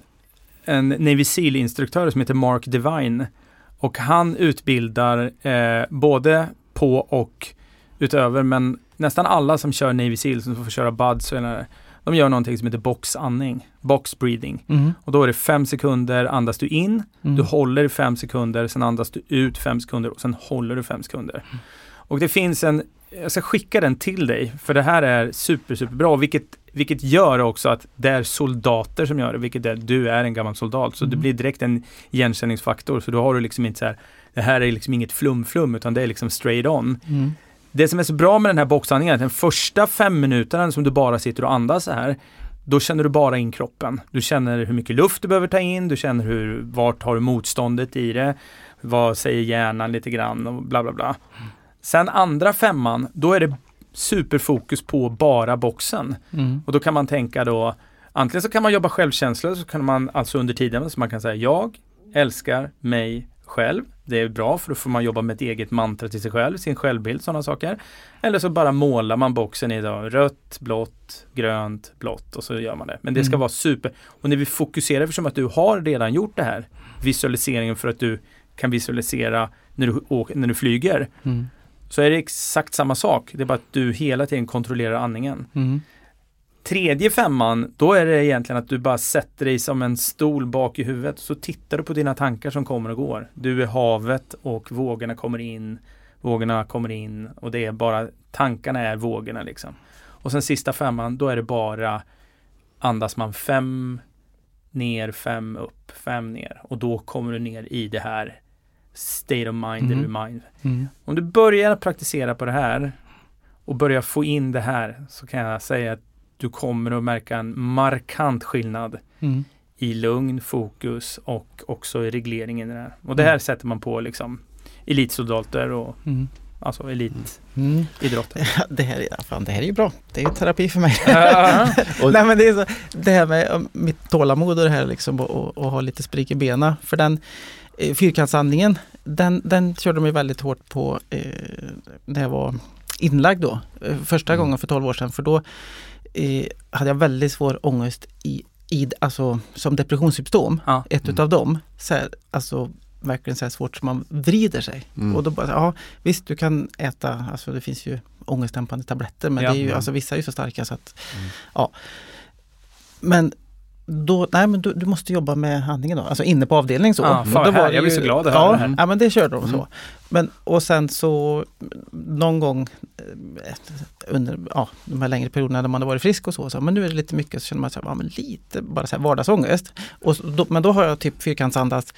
Navy Seal-instruktör som heter Mark Devine, och han utbildar både på och utöver, men nästan alla som kör Navy Seal, som får köra buds eller de gör någonting som heter boxandning, box breathing. Och då är det 5 sekunder andas du in, du håller 5 sekunder, sen andas du ut 5 sekunder och sen håller du 5 sekunder. Och det finns jag ska skicka den till dig, för det här är superbra, vilket gör också att det är soldater som gör det, vilket är, du är en gammal soldat, så det blir direkt en igenkänningsfaktor, så då har du liksom inte så här, det här är liksom inget flum, utan det är liksom straight on. Det som är så bra med den här boxandningen är att den första 5 minuterna som du bara sitter och andas så här, då känner du bara in kroppen. Du känner hur mycket luft du behöver ta in, du känner vart har du motståndet i det, vad säger hjärnan lite grann och bla bla bla. Sen andra 5:an, då är det superfokus på bara boxen. Och då kan man tänka då, antingen så kan man jobba självkänsla, så kan man alltså under tiden, så man kan säga jag älskar mig själv. Det är bra, för då får man jobba med ett eget mantra till sig själv, sin självbild, sådana saker. Eller så bara målar man boxen i rött, blått, grönt, blått, och så gör man det. Men det ska vara super. Och när vi fokuserar, för som att du har redan gjort det här, visualiseringen, för att du kan visualisera när du flyger, så är det exakt samma sak. Det är bara att du hela tiden kontrollerar andningen. Tredje 5:an, då är det egentligen att du bara sätter dig som en stol bak i huvudet, så tittar du på dina tankar som kommer och går. Du är havet och vågorna kommer in och det är bara, tankarna är vågorna liksom. Och sen sista 5:an, då är det bara, andas man 5 ner, 5 upp, 5 ner, och då kommer du ner i det här state of mind, eller mind. Om du börjar praktisera på det här och börjar få in det här, så kan jag säga att du kommer att märka en markant skillnad i lugn, fokus och också i regleringen i det här. Och det här sätter man på liksom elitsoldater och alltså elitidrottare. Det här är ju bra. Det är ju terapi för mig. Nej, men det är så, det här med mitt tålamod och det här liksom, och ha lite sprik i benen. För den fyrkantsandningen, den körde de ju väldigt hårt på när jag var inlagd då. Första gången för 12 år sedan. För då hade jag väldigt svår ångest alltså som depressionssymptom. Ett utav dem. Så här, alltså verkligen så här svårt som man vrider sig. Och då bara, visst du kan äta, alltså det finns ju ångestdämpande tabletter, men det är ju, alltså vissa är ju så starka så att, Men Du måste jobba med andningen då, alltså inne på avdelning så. Fan, då var jag blir så glad att höra det här. Ja, men det körde de så. Men, och sen så någon gång under de här längre perioderna när man har varit frisk och så, men nu är det lite mycket, så känner man så här, men lite bara så här vardagsångest. Men då har jag typ fyrkantsandats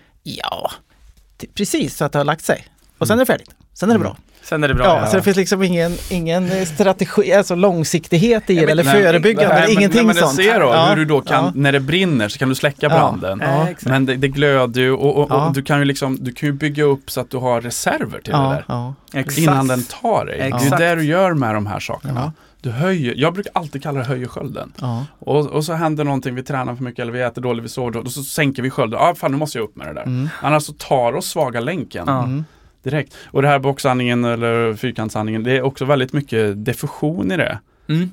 precis så att det har lagt sig. Och sen är det färdigt. Sen är det bra. Sen är det bra. Ja, så det finns liksom ingen strategi, alltså långsiktighet i det, eller förebyggande, ingenting men sånt. Ser då hur du då kan, när det brinner så kan du släcka branden. Men det glöder ju och du kan ju liksom, du kan ju bygga upp så att du har reserver till det där. Innan den tar dig. Det är det du gör med de här sakerna. Du höjer, jag brukar alltid kalla det höjer skölden. Och så händer någonting, vi tränar för mycket eller vi äter dåligt, vi sover och så sänker vi skölden. Fan, nu måste jag upp med det där. Annars så tar oss svaga länken. Direkt. Och det här boxandningen eller fyrkantsandningen, det är också väldigt mycket diffusion i det.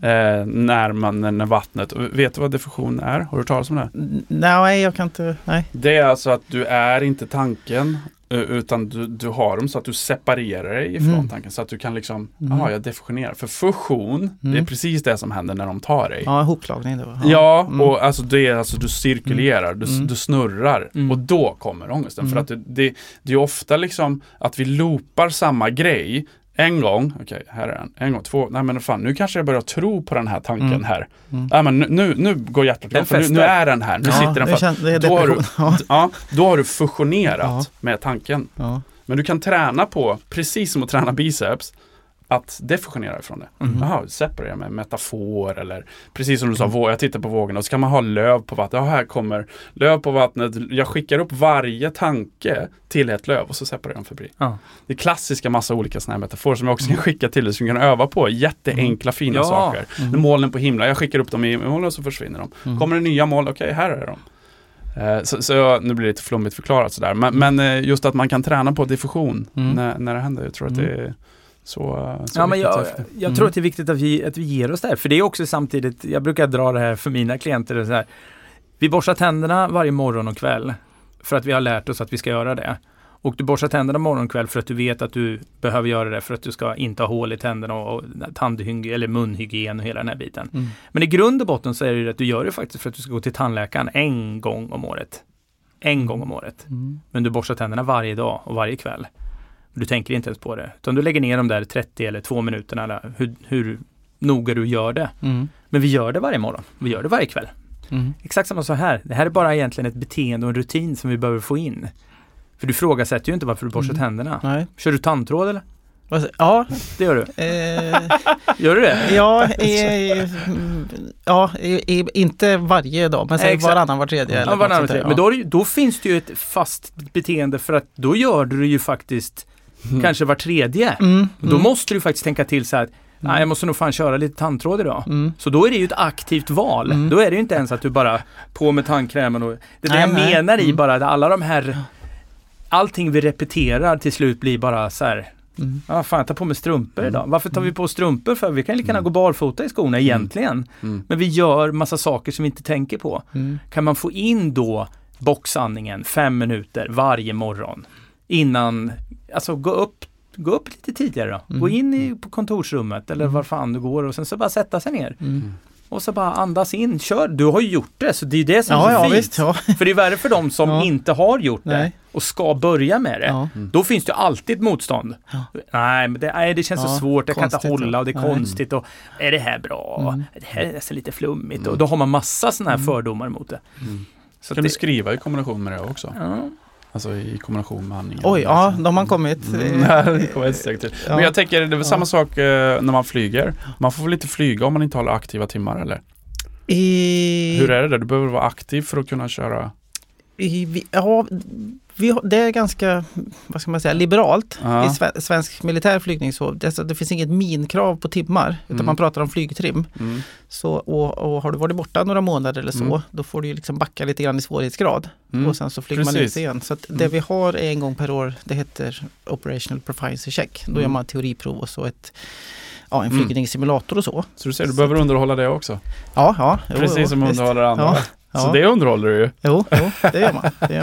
När vattnet, vet du vad diffusion är? Har du talat om det? Nej, jag kan inte. Nej. Det är alltså att du är inte tanken, utan du har dem så att du separerar dig ifrån tanken, så att du kan liksom, jag diffusionerar. För fusion, det är precis det som händer när de tar dig. Ja, hoplagning då. Och alltså det är alltså du cirkulerar, du snurrar och då kommer ångesten. För att det är ofta liksom att vi loopar samma grej en gång, här är den. En gång, två, nej men fan, nu kanske jag börjar tro på den här tanken här. Nej men nu går hjärtat igång, för nu är den här, nu sitter den fast. Då har du fusionerat med tanken. Men du kan träna på, precis som att träna biceps, att defusionera ifrån det. Separera med metafor eller precis som du sa, jag tittar på vågorna och så kan man ha löv på vattnet. Här kommer löv på vattnet. Jag skickar upp varje tanke till ett löv och så separerar de förbi. Det är klassiska massa olika såna här metaforer som jag också kan skicka till dig som kan öva på. Jätteenkla fina saker. Molnen på himlen, jag skickar upp dem i molnen och så försvinner de. Kommer det nya moln, här är de. Så nu blir det lite flummigt förklarat sådär. Men just att man kan träna på diffusion när det händer. Jag tror att det är men jag tror att det är viktigt att vi ger oss där. För det är också samtidigt, jag brukar dra det här för mina klienter. Och så här, vi borstar tänderna varje morgon och kväll för att vi har lärt oss att vi ska göra det. Och du borstar tänderna morgon och kväll för att du vet att du behöver göra det för att du ska inte ha hål i tänderna och eller munhygien och hela den här biten. Men i grund och botten så är det att du gör det faktiskt för att du ska gå till tandläkaren en gång om året. Men du borstar tänderna varje dag och varje kväll. Du tänker inte ens på det. Utan du lägger ner de där 30 eller 2 minuterna eller hur noga du gör det. Men vi gör det varje morgon. Vi gör det varje kväll. Exakt samma så här. Det här är bara egentligen ett beteende och en rutin som vi behöver få in. För du frågasätter ju inte varför du borstar tänderna. Nej. Kör du tandtråd eller? Ja, det gör du. Gör du det? Ja, inte varje dag, men säg varannan, var tredje. Eller varannan, var tredje. Men då finns det ju ett fast beteende, för att då gör du ju faktiskt kanske var tredje. Då måste du faktiskt tänka till så här, nej, jag måste nog fan köra lite tandtråd idag. Så då är det ju ett aktivt val. Då är det ju inte ens att du bara på med tandkrämen. Och det är det jag menar i bara att alla de här, allting vi repeterar till slut blir bara så här, fan, ta på mig strumpor idag. Varför tar vi på strumpor? För vi kan lika gärna gå barfota i skorna egentligen. Men vi gör massa saker som vi inte tänker på. Kan man få in då boxandningen 5 minuter varje morgon innan, alltså gå upp lite tidigare då. Gå in på kontorsrummet eller var fan du går och sen så bara sätta sig ner. Och så bara andas in, kör. Du har ju gjort det, så det är det som är fint. Visst, För det är värre för dem som inte har gjort det och ska börja med det. Då finns det ju alltid ett motstånd. Nej, men det känns så svårt, jag kan inte hålla och det är konstigt och är det här bra? Det här är nästan lite flummigt och då har man massa sådana här fördomar mot det. Så kan du skriva i kombination med det också? Alltså i kombination med andningen. Oj, de har kommit. Men jag tänker, det är väl samma sak när man flyger. Man får väl inte flyga om man inte håller aktiva timmar, eller? Hur är det där? Du behöver vara aktiv för att kunna köra. Det är ganska, vad ska man säga, liberalt i svensk militärflygning. Så det finns inget minkrav på timmar, utan man pratar om flygtrim. Så, och har du varit borta några månader eller så, då får du ju liksom backa lite grann i svårighetsgrad. Och sen så flyger man ut igen. Så att det vi har är en gång per år, det heter Operational Proficiency Check. Då gör man teoriprov och så en flygningssimulator och så. Så du säger, du behöver underhålla det också? Ja. Precis som underhåller andra. Så det underhåller du ju. Jo, det gör man. Det, gör man. Ja. Det är sant.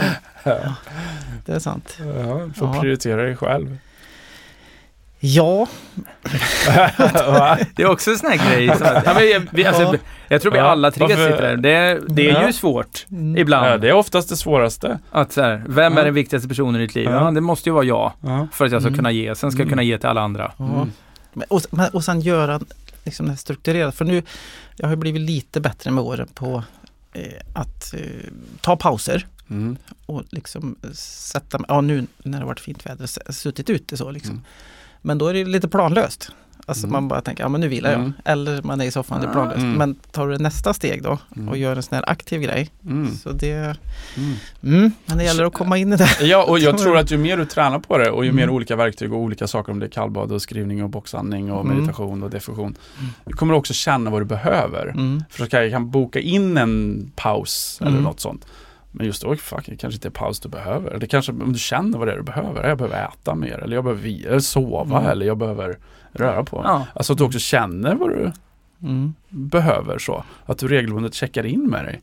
Får prioritera dig själv. Ja. Det är också en sån här grej. Jag tror vi alla tre sitter där. Det är ju svårt ibland. Ja, det är oftast det svåraste. Att så här, vem är den viktigaste personen i ditt liv? Ja, det måste ju vara jag. För att jag ska kunna ge. Sen ska jag kunna ge till alla andra. Och sen göra liksom det strukturerat. För nu, jag har blivit lite bättre med åren på att ta pauser. Och liksom sätta mig, nu när det har varit fint väder, suttit ute så liksom. Men då är det lite planlöst. Alltså man bara tänker, men nu vilar jag. Eller man är i soffan, det är planlöst. Men tar du nästa steg då och gör en sån här aktiv grej. Så det... Men det gäller att komma in i det. Ja, och jag tror att ju mer du tränar på det och ju mer olika verktyg och olika saker, om det är kallbad och skrivning och boxandning och meditation och diffusion. Du kommer också känna vad du behöver. För så jag kan boka in en paus eller något sånt. Men just då, det kanske inte är paus du behöver. Det kanske, om du känner vad det är du behöver. Jag behöver äta mer, eller jag behöver sova, eller jag behöver röra på. Alltså att du också känner vad du behöver, så. Att du regelbundet checkar in med dig.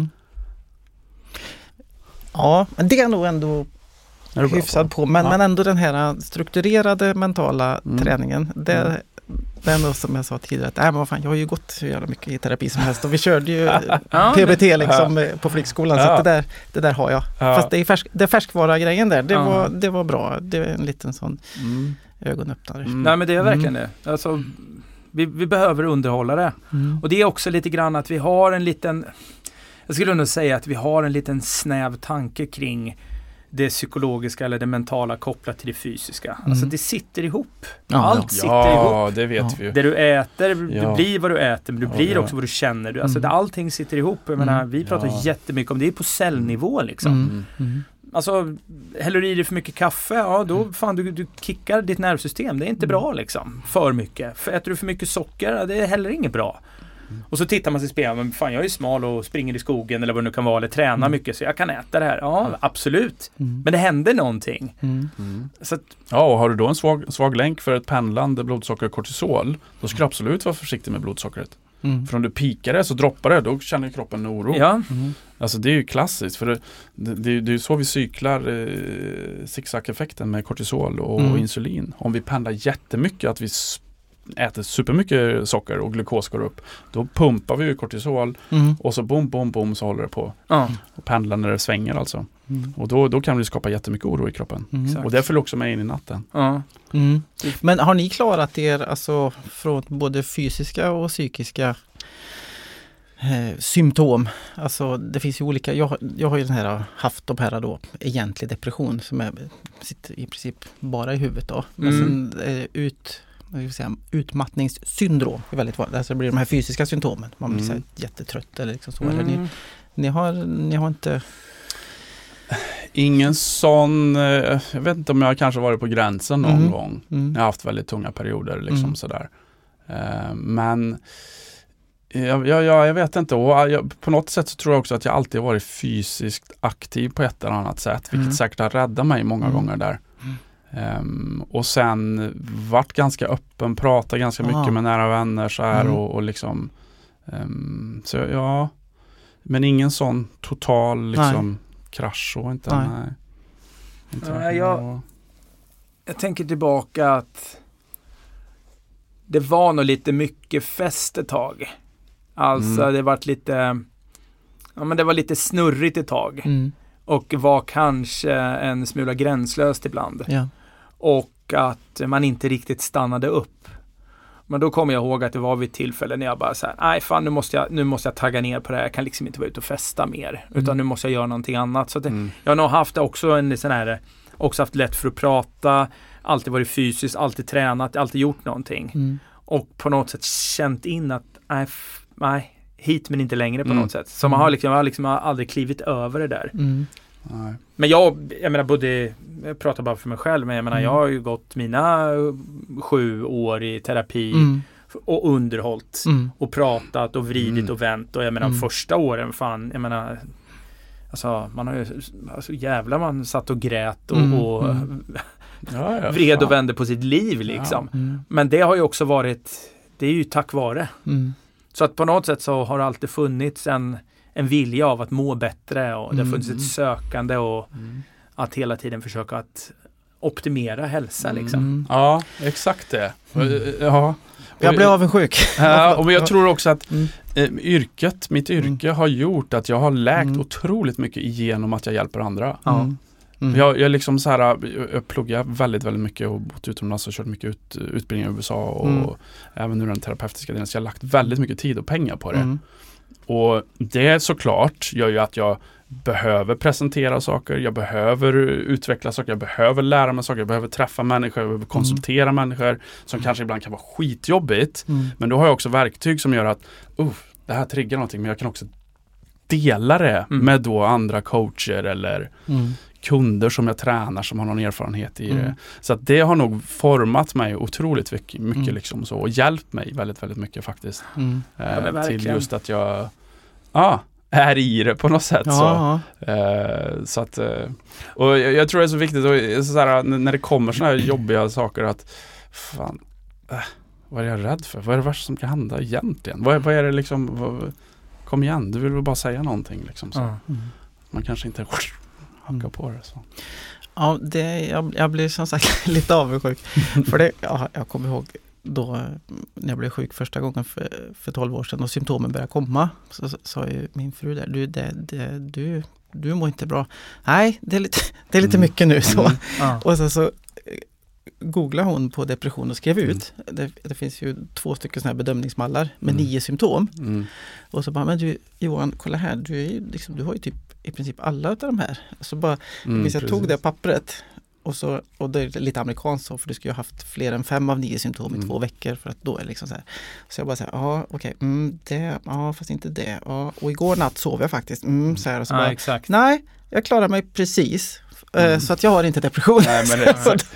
Ja, men det är nog ändå hyfsad på. Men ändå den här strukturerade mentala träningen, det är nog som jag sa tidigare, att men vad fan, jag har ju gått så jävla mycket i terapi som helst och vi körde ju PBT liksom på flickskolan, så det där har jag. Fast det är färskvara-grejen där, det var bra. Det är en liten sån ögonöppnare. Nej, men det är verkligen det. Alltså, vi behöver underhålla det. Och det är också lite grann att vi har en liten, jag skulle nog säga att vi har en liten snäv tanke kring det psykologiska eller det mentala kopplat till det fysiska. Alltså det sitter ihop. Allt sitter ihop. Ja, det vet vi ju. Det du äter, du blir vad du äter, men du blir också vad du känner. Alltså allting sitter ihop. Jag menar, vi pratar jättemycket om det på cellnivå liksom. Alltså, häller du i dig för mycket kaffe, då fan du kickar ditt nervsystem. Det är inte bra liksom. För mycket. Äter du för mycket socker, det är heller inget bra. Och så tittar man sig i spegeln, men fan, jag är smal och springer i skogen eller vad det nu kan vara, eller tränar mycket så jag kan äta det här. Ja, absolut. Men det händer någonting. Så att, och har du då en svag länk för ett pendlande blodsocker och kortisol, då ska du absolut vara försiktig med blodsockret. För om du pikar det så droppar det, då känner kroppen oro. Alltså det är ju klassiskt, för det är ju så vi cyklar zigzag-effekten med kortisol och insulin. Om vi pendlar jättemycket, att vi äter supermycket socker och glukos går upp, då pumpar vi ju kortisol och så bom så håller det på och pendlar när det svänger alltså. Och då kan det skapa jättemycket oro i kroppen. Och det följer också med in i natten. Men har ni klarat er alltså från både fysiska och psykiska symptom? Alltså det finns ju olika, jag har ju den här haft de här då egentlig depression som sitter i princip bara i huvudet då. Men sen utmattningssyndrom är väldigt vanligt. Alltså det blir de här fysiska symptomen. Man blir så här jättetrött eller liksom så. Eller ni har inte... Ingen sån... Jag vet inte om jag kanske varit på gränsen någon gång. Jag har haft väldigt tunga perioder liksom sådär. Men jag vet inte. Och på något sätt så tror jag också att jag alltid varit fysiskt aktiv på ett eller annat sätt. Vilket säkert har räddat mig många gånger där. Och sen varit ganska öppen, pratat ganska mycket med nära vänner så här och liksom så ja, men ingen sån total liksom krasch och inte jag tänker tillbaka att det var nog lite mycket fest ett tag. Alltså det var lite snurrigt ett tag. Och var kanske en smula gränslöst ibland. Och att man inte riktigt stannade upp. Men då kommer jag ihåg att det var vid ett tillfälle när jag bara så här, nej fan, nu måste jag tagga ner på det här. Jag kan liksom inte vara ute och festa mer. Utan nu måste jag göra någonting annat. Så att jag har nog haft också en sån här, också haft lätt för att prata. Alltid varit fysiskt, alltid tränat, alltid gjort någonting. Och på något sätt känt in att nej, hit men inte längre på något sätt. Så jag har liksom aldrig klivit över det där. Men jag menar, jag pratar bara för mig själv, men jag menar, jag har ju gått mina 7 år i terapi och underhållit och pratat och vridit och vänt, och jag menar första åren fan, jag menar alltså man har ju jävla man satt och grät och vred och vände på sitt liv liksom. Men det har ju också varit, det är ju tack vare. Så att på något sätt så har det alltid funnits en vilja av att må bättre, och det har funnits ett sökande och att hela tiden försöka att optimera hälsa liksom. Ja, exakt det. Ja. Jag blir avundsjuk. Ja, och jag tror också att mitt yrke har gjort att jag har läkt otroligt mycket igenom att jag hjälper andra. Jag liksom så här, jag pluggar väldigt, väldigt mycket och bott utomlands och kört mycket utbildning i USA och även nu den terapeutiska delen, så jag har lagt väldigt mycket tid och pengar på det. Och det såklart gör ju att jag behöver presentera saker, jag behöver utveckla saker, jag behöver lära mig saker, jag behöver träffa människor, jag behöver konsultera människor som kanske ibland kan vara skitjobbigt. Men då har jag också verktyg som gör att det här triggar någonting, men jag kan också dela det med då andra coacher eller kunder som jag tränar som har någon erfarenhet i det. Så att det har nog format mig otroligt mycket liksom så, och hjälpt mig väldigt, väldigt mycket faktiskt. Till just att jag är i det på något sätt. Så att, och jag tror det är så viktigt och så här, när det kommer såna här jobbiga saker att fan, vad är jag rädd för? Vad är det värsta som kan hända egentligen? Vad är det liksom, kom igen, du vill väl bara säga någonting liksom så. Man kanske inte hackar på det så. Ja, jag blir som sagt lite avundsjuk. För det, jag kommer ihåg då när jag blev sjuk första gången för 12 år sedan och symptomen började komma, så sa ju min fru där, du mår inte bra. Nej, det är lite mycket nu så. Och så googlade hon på depression och skrev ut. Det finns ju 2 stycken såna här bedömningsmallar med 9 symptom. Och så bara, men du Johan, kolla här, du har ju typ i princip alla av de här. Så bara, jag tog det pappret och det är lite amerikanskt så, för du skulle ju ha haft fler än 5 av 9 symptom i 2 veckor, för att då är det liksom så här. Så jag bara säger, okej, fast inte det. Och igår natt sov jag faktiskt. Så här, och så bara, exakt. Nej, jag klarar mig precis. Så att jag har inte depression. Nej, men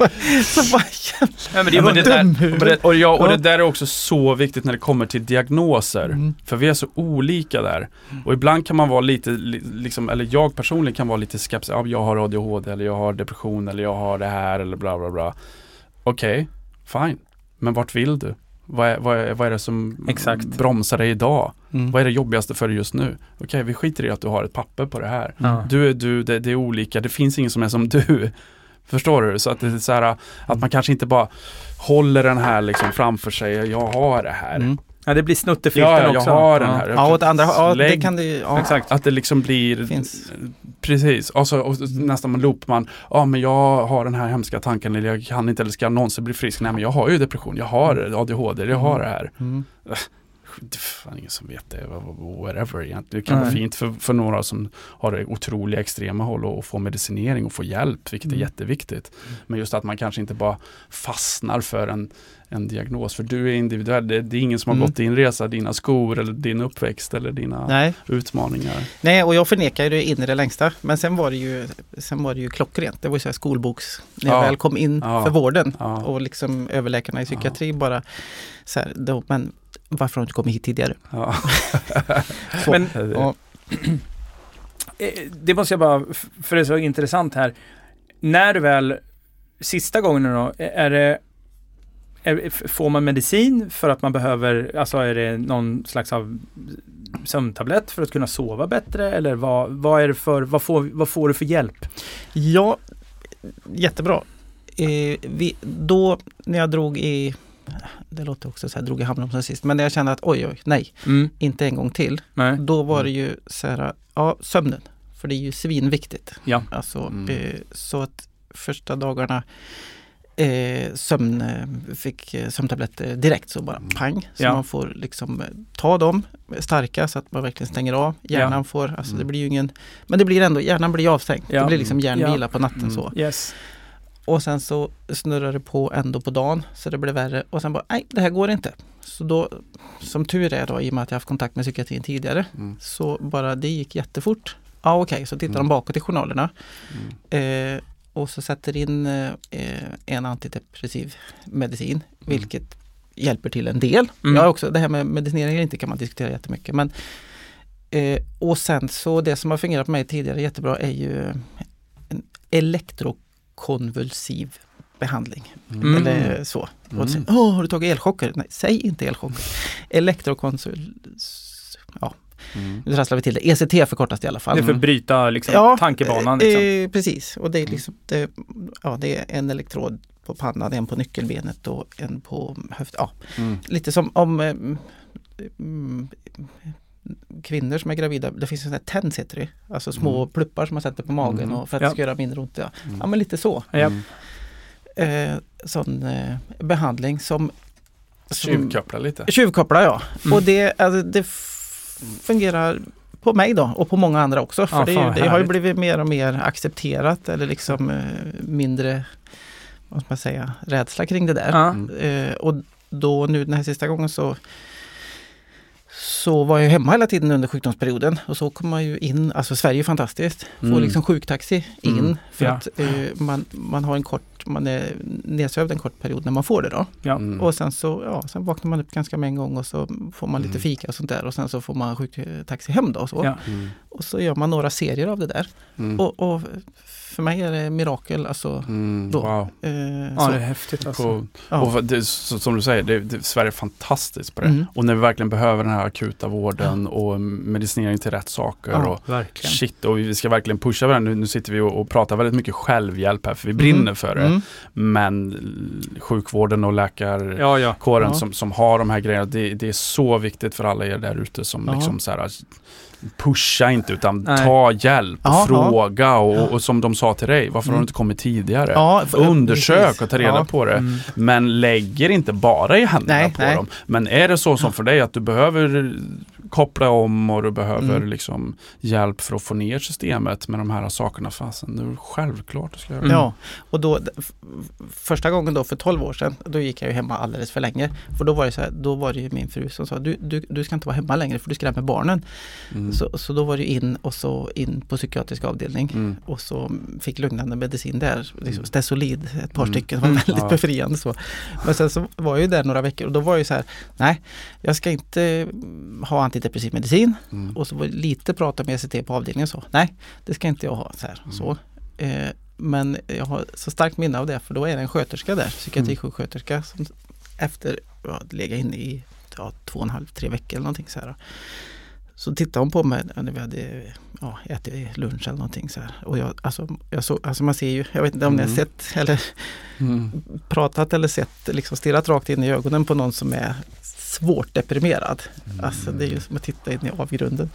det där är också så viktigt när det kommer till diagnoser. För vi är så olika där. Och ibland kan man vara lite liksom, eller jag personligen kan vara lite skeptisk. Jag har ADHD eller jag har depression eller jag har det här eller bla bla bla. Okej, fine. Men vart vill du? Vad är det som bromsar dig idag? Vad är det jobbigaste för dig just nu? Okej, vi skiter i att du har ett papper på det här. Det är olika. Det finns ingen som är som du. Förstår du? Så att det är så här, att man kanske inte bara håller den här liksom framför sig. Jag har det här. Ja, det blir snuttefilten också. Jag har den här. Ja, åt andra, det kan det exakt. Att det liksom blir precis. Och nästan man loop man, men jag har den här hemska tanken, eller jag kan inte, eller ska jag någonsin bli frisk. Nej, men jag har ju depression, jag har ADHD, jag har det här. Det är fan ingen som vet det, whatever egentligen. Det kan vara fint för några som har det otroliga extrema håll och få medicinering och få hjälp, vilket är jätteviktigt. Men just att man kanske inte bara fastnar för en diagnos, för du är individuell. Det är ingen som har gått din resa, dina skor eller din uppväxt eller dina utmaningar. Nej, och jag förnekar ju det in i det längsta. Men sen var det ju klockrent. Det var ju så här skolboks. När jag väl kom in för vården och liksom överläkarna i psykiatri bara så här, men varför har du inte kommit hit tidigare? Men det måste jag bara, för det är så intressant här. När du väl sista gången då, får man medicin för att man behöver, alltså är det någon slags av sömntablett för att kunna sova bättre, eller vad är det för, vad får du för hjälp? Ja, jättebra. Då när jag drog i, det låter också så här, drog i hamnen som sist, men när jag kände att nej, inte en gång till. Nej. Då var det ju så här, sömnen, för det är ju svinviktigt. Ja. Alltså, så att första dagarna fick sömntabletter direkt, så bara pang. Så man får liksom ta dem starka så att man verkligen stänger av. Hjärnan får, alltså det blir ju ingen, men det blir ändå, hjärnan blir avstängd. Det blir liksom hjärnvila på natten så. Yes. Och sen så snurrar det på ändå på dagen, så det blev värre. Och sen bara, nej, det här går inte. Så då, som tur är då, i och med att jag haft kontakt med psykiatrin tidigare, så bara det gick jättefort. Okej, så tittar de bakåt i journalerna. Och så sätter in en antidepressiv medicin, vilket hjälper till en del. Jag också, det här med medicinering eller inte kan man diskutera jättemycket. Men, och sen så det som har fungerat på mig tidigare jättebra är ju en elektrokonvulsiv behandling. Eller så. Och sen, har du tagit elchocker? Nej, säg inte elchocker. nu trasslar vi till det. ECT förkortas det i alla fall. Det är för att bryta liksom, tankebanan. Liksom. Precis. Och det är liksom det är en elektrod på pannan, en på nyckelbenet och en på höften. Ja. Lite som om kvinnor som är gravida, det finns sådana här TENS heter det. Alltså små pluppar som man sätter på magen och för att det ska göra mindre ont. Ja, men lite så. Sån behandling som tjuvkoppla lite. Tjuvkoppla, ja. Och det fungerar på mig då och på många andra också. För det har ju blivit mer och mer accepterat eller liksom mindre, vad ska man säga, rädsla kring det där. Och då nu den här sista gången så var jag hemma hela tiden under sjukdomsperioden och så kommer man ju in, alltså Sverige är fantastiskt, får liksom sjuktaxi in för att man har man är nedsövd en kort period när man får det då. Och sen så, sen vaknar man upp ganska med en gång och så får man lite fika och sånt där och sen så får man sjuktaxi hem då och så. Och så gör man några serier av det där. Och för mig är det mirakel alltså då. Wow. Det är häftigt alltså. Och det, som du säger, Sverige är fantastiskt på det. Och när vi verkligen behöver den här akuta vården och medicinering till rätt saker och verkligen. Shit, och vi ska verkligen pusha varandra. Nu sitter vi och pratar väldigt mycket självhjälp här för vi brinner för det. Men sjukvården och läkarkåren som har de här grejerna, det är så viktigt för alla er där ute som liksom så här, pusha inte utan ta hjälp och fråga och som de sa till dig, varför har du inte kommit tidigare? Undersök och ta reda på det. Men lägger inte bara i händerna på dem. Men är det så som för dig att du behöver koppla om och du behöver liksom hjälp för att få ner systemet med de här sakerna fasen, nu är det självklart du ska göra det. Ja, och då första gången då för 12 år sedan, då gick jag ju hemma alldeles för länge. För då var det så här, då var det ju min fru som sa, du ska inte vara hemma längre för du skrämmer barnen. Så då var det in på psykiatrisk avdelning och så fick lugnande medicin där, liksom Stesolid, ett par stycken, var väldigt befriande så. Men sen så var jag ju där några veckor och då var jag ju så här, nej, jag ska inte ha antidepressiv medicin och så var det lite prata med ECT på avdelningen så, nej, det ska inte jag ha så här, så. Men jag har så starkt minne av det för då är det en sköterska där, psykiatrisjuksköterska som efter lägga in i 2,5-3 veckor eller någonting så här. Så tittade hon på mig när vi hade ätit lunch eller någonting så här. Och jag såg, man ser ju, jag vet inte om ni har sett eller pratat eller sett, liksom stirrat rakt in i ögonen på någon som är svårt deprimerad. Alltså det är ju som att titta in i avgrunden.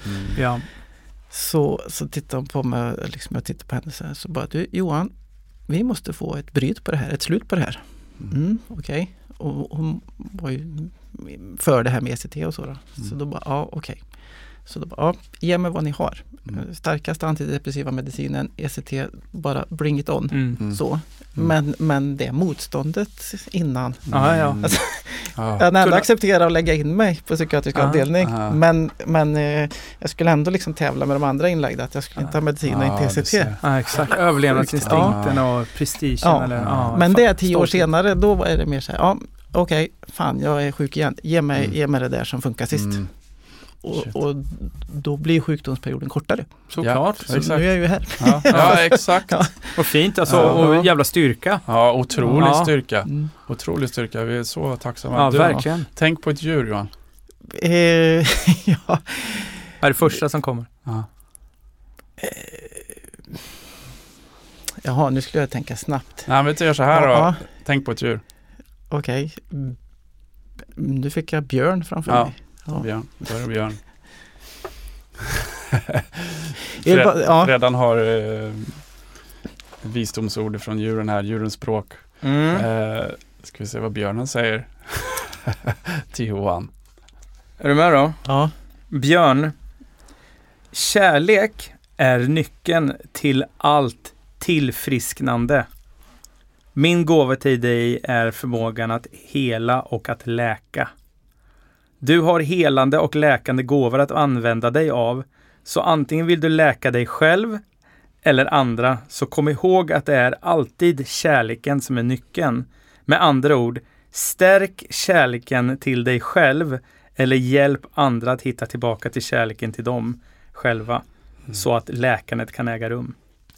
Så tittade hon på mig, liksom jag tittade på henne så här, så bara, du Johan, vi måste få ett bryt på det här, ett slut på det här. Okej. Och hon var ju för det här med ECT och så då. Så då bara, okej. Så då bara, ge mig vad ni har. Starkaste antidepressiva medicinen, ECT, bara bring it on. Så. Men det motståndet innan. Alltså, jag ändå acceptera att lägga in mig på psykiatrisk avdelning. Men jag skulle ändå liksom tävla med de andra inlagda att jag skulle inte ha medicin och inte ECT. Exakt. Överlevnadsinstinkten och prestigen. Men det är 10 år senare, då är det mer så här, okej, fan jag är sjuk igen. Ge mig det där som funkar sist. Och då blir sjukdomsperioden kortare. Såklart. Så nu är jag ju här. Ja, exakt. Och fint alltså, och jävla styrka. Ja, otrolig styrka. Otrolig styrka, vi är så tacksamma. Ja, verkligen. Tänk på ett djur, Johan. Vad är det första som kommer? Jaha, nu skulle jag tänka snabbt. Nej, men vi gör så här då. Tänk på ett djur. Okej. Nu fick jag björn framför mig. Björn, då är det björn. Redan har visdomsord från djuren här, djurens språk. Ska vi se vad björnen säger till Johan. Är du med då? Ja. Björn, kärlek är nyckeln till allt tillfrisknande. Min gåva till dig är förmågan att hela och att läka. Du har helande och läkande gåvor att använda dig av, så antingen vill du läka dig själv eller andra, så kom ihåg att det är alltid kärleken som är nyckeln. Med andra ord, stärk kärleken till dig själv eller hjälp andra att hitta tillbaka till kärleken till dem själva, så att läkandet kan äga rum.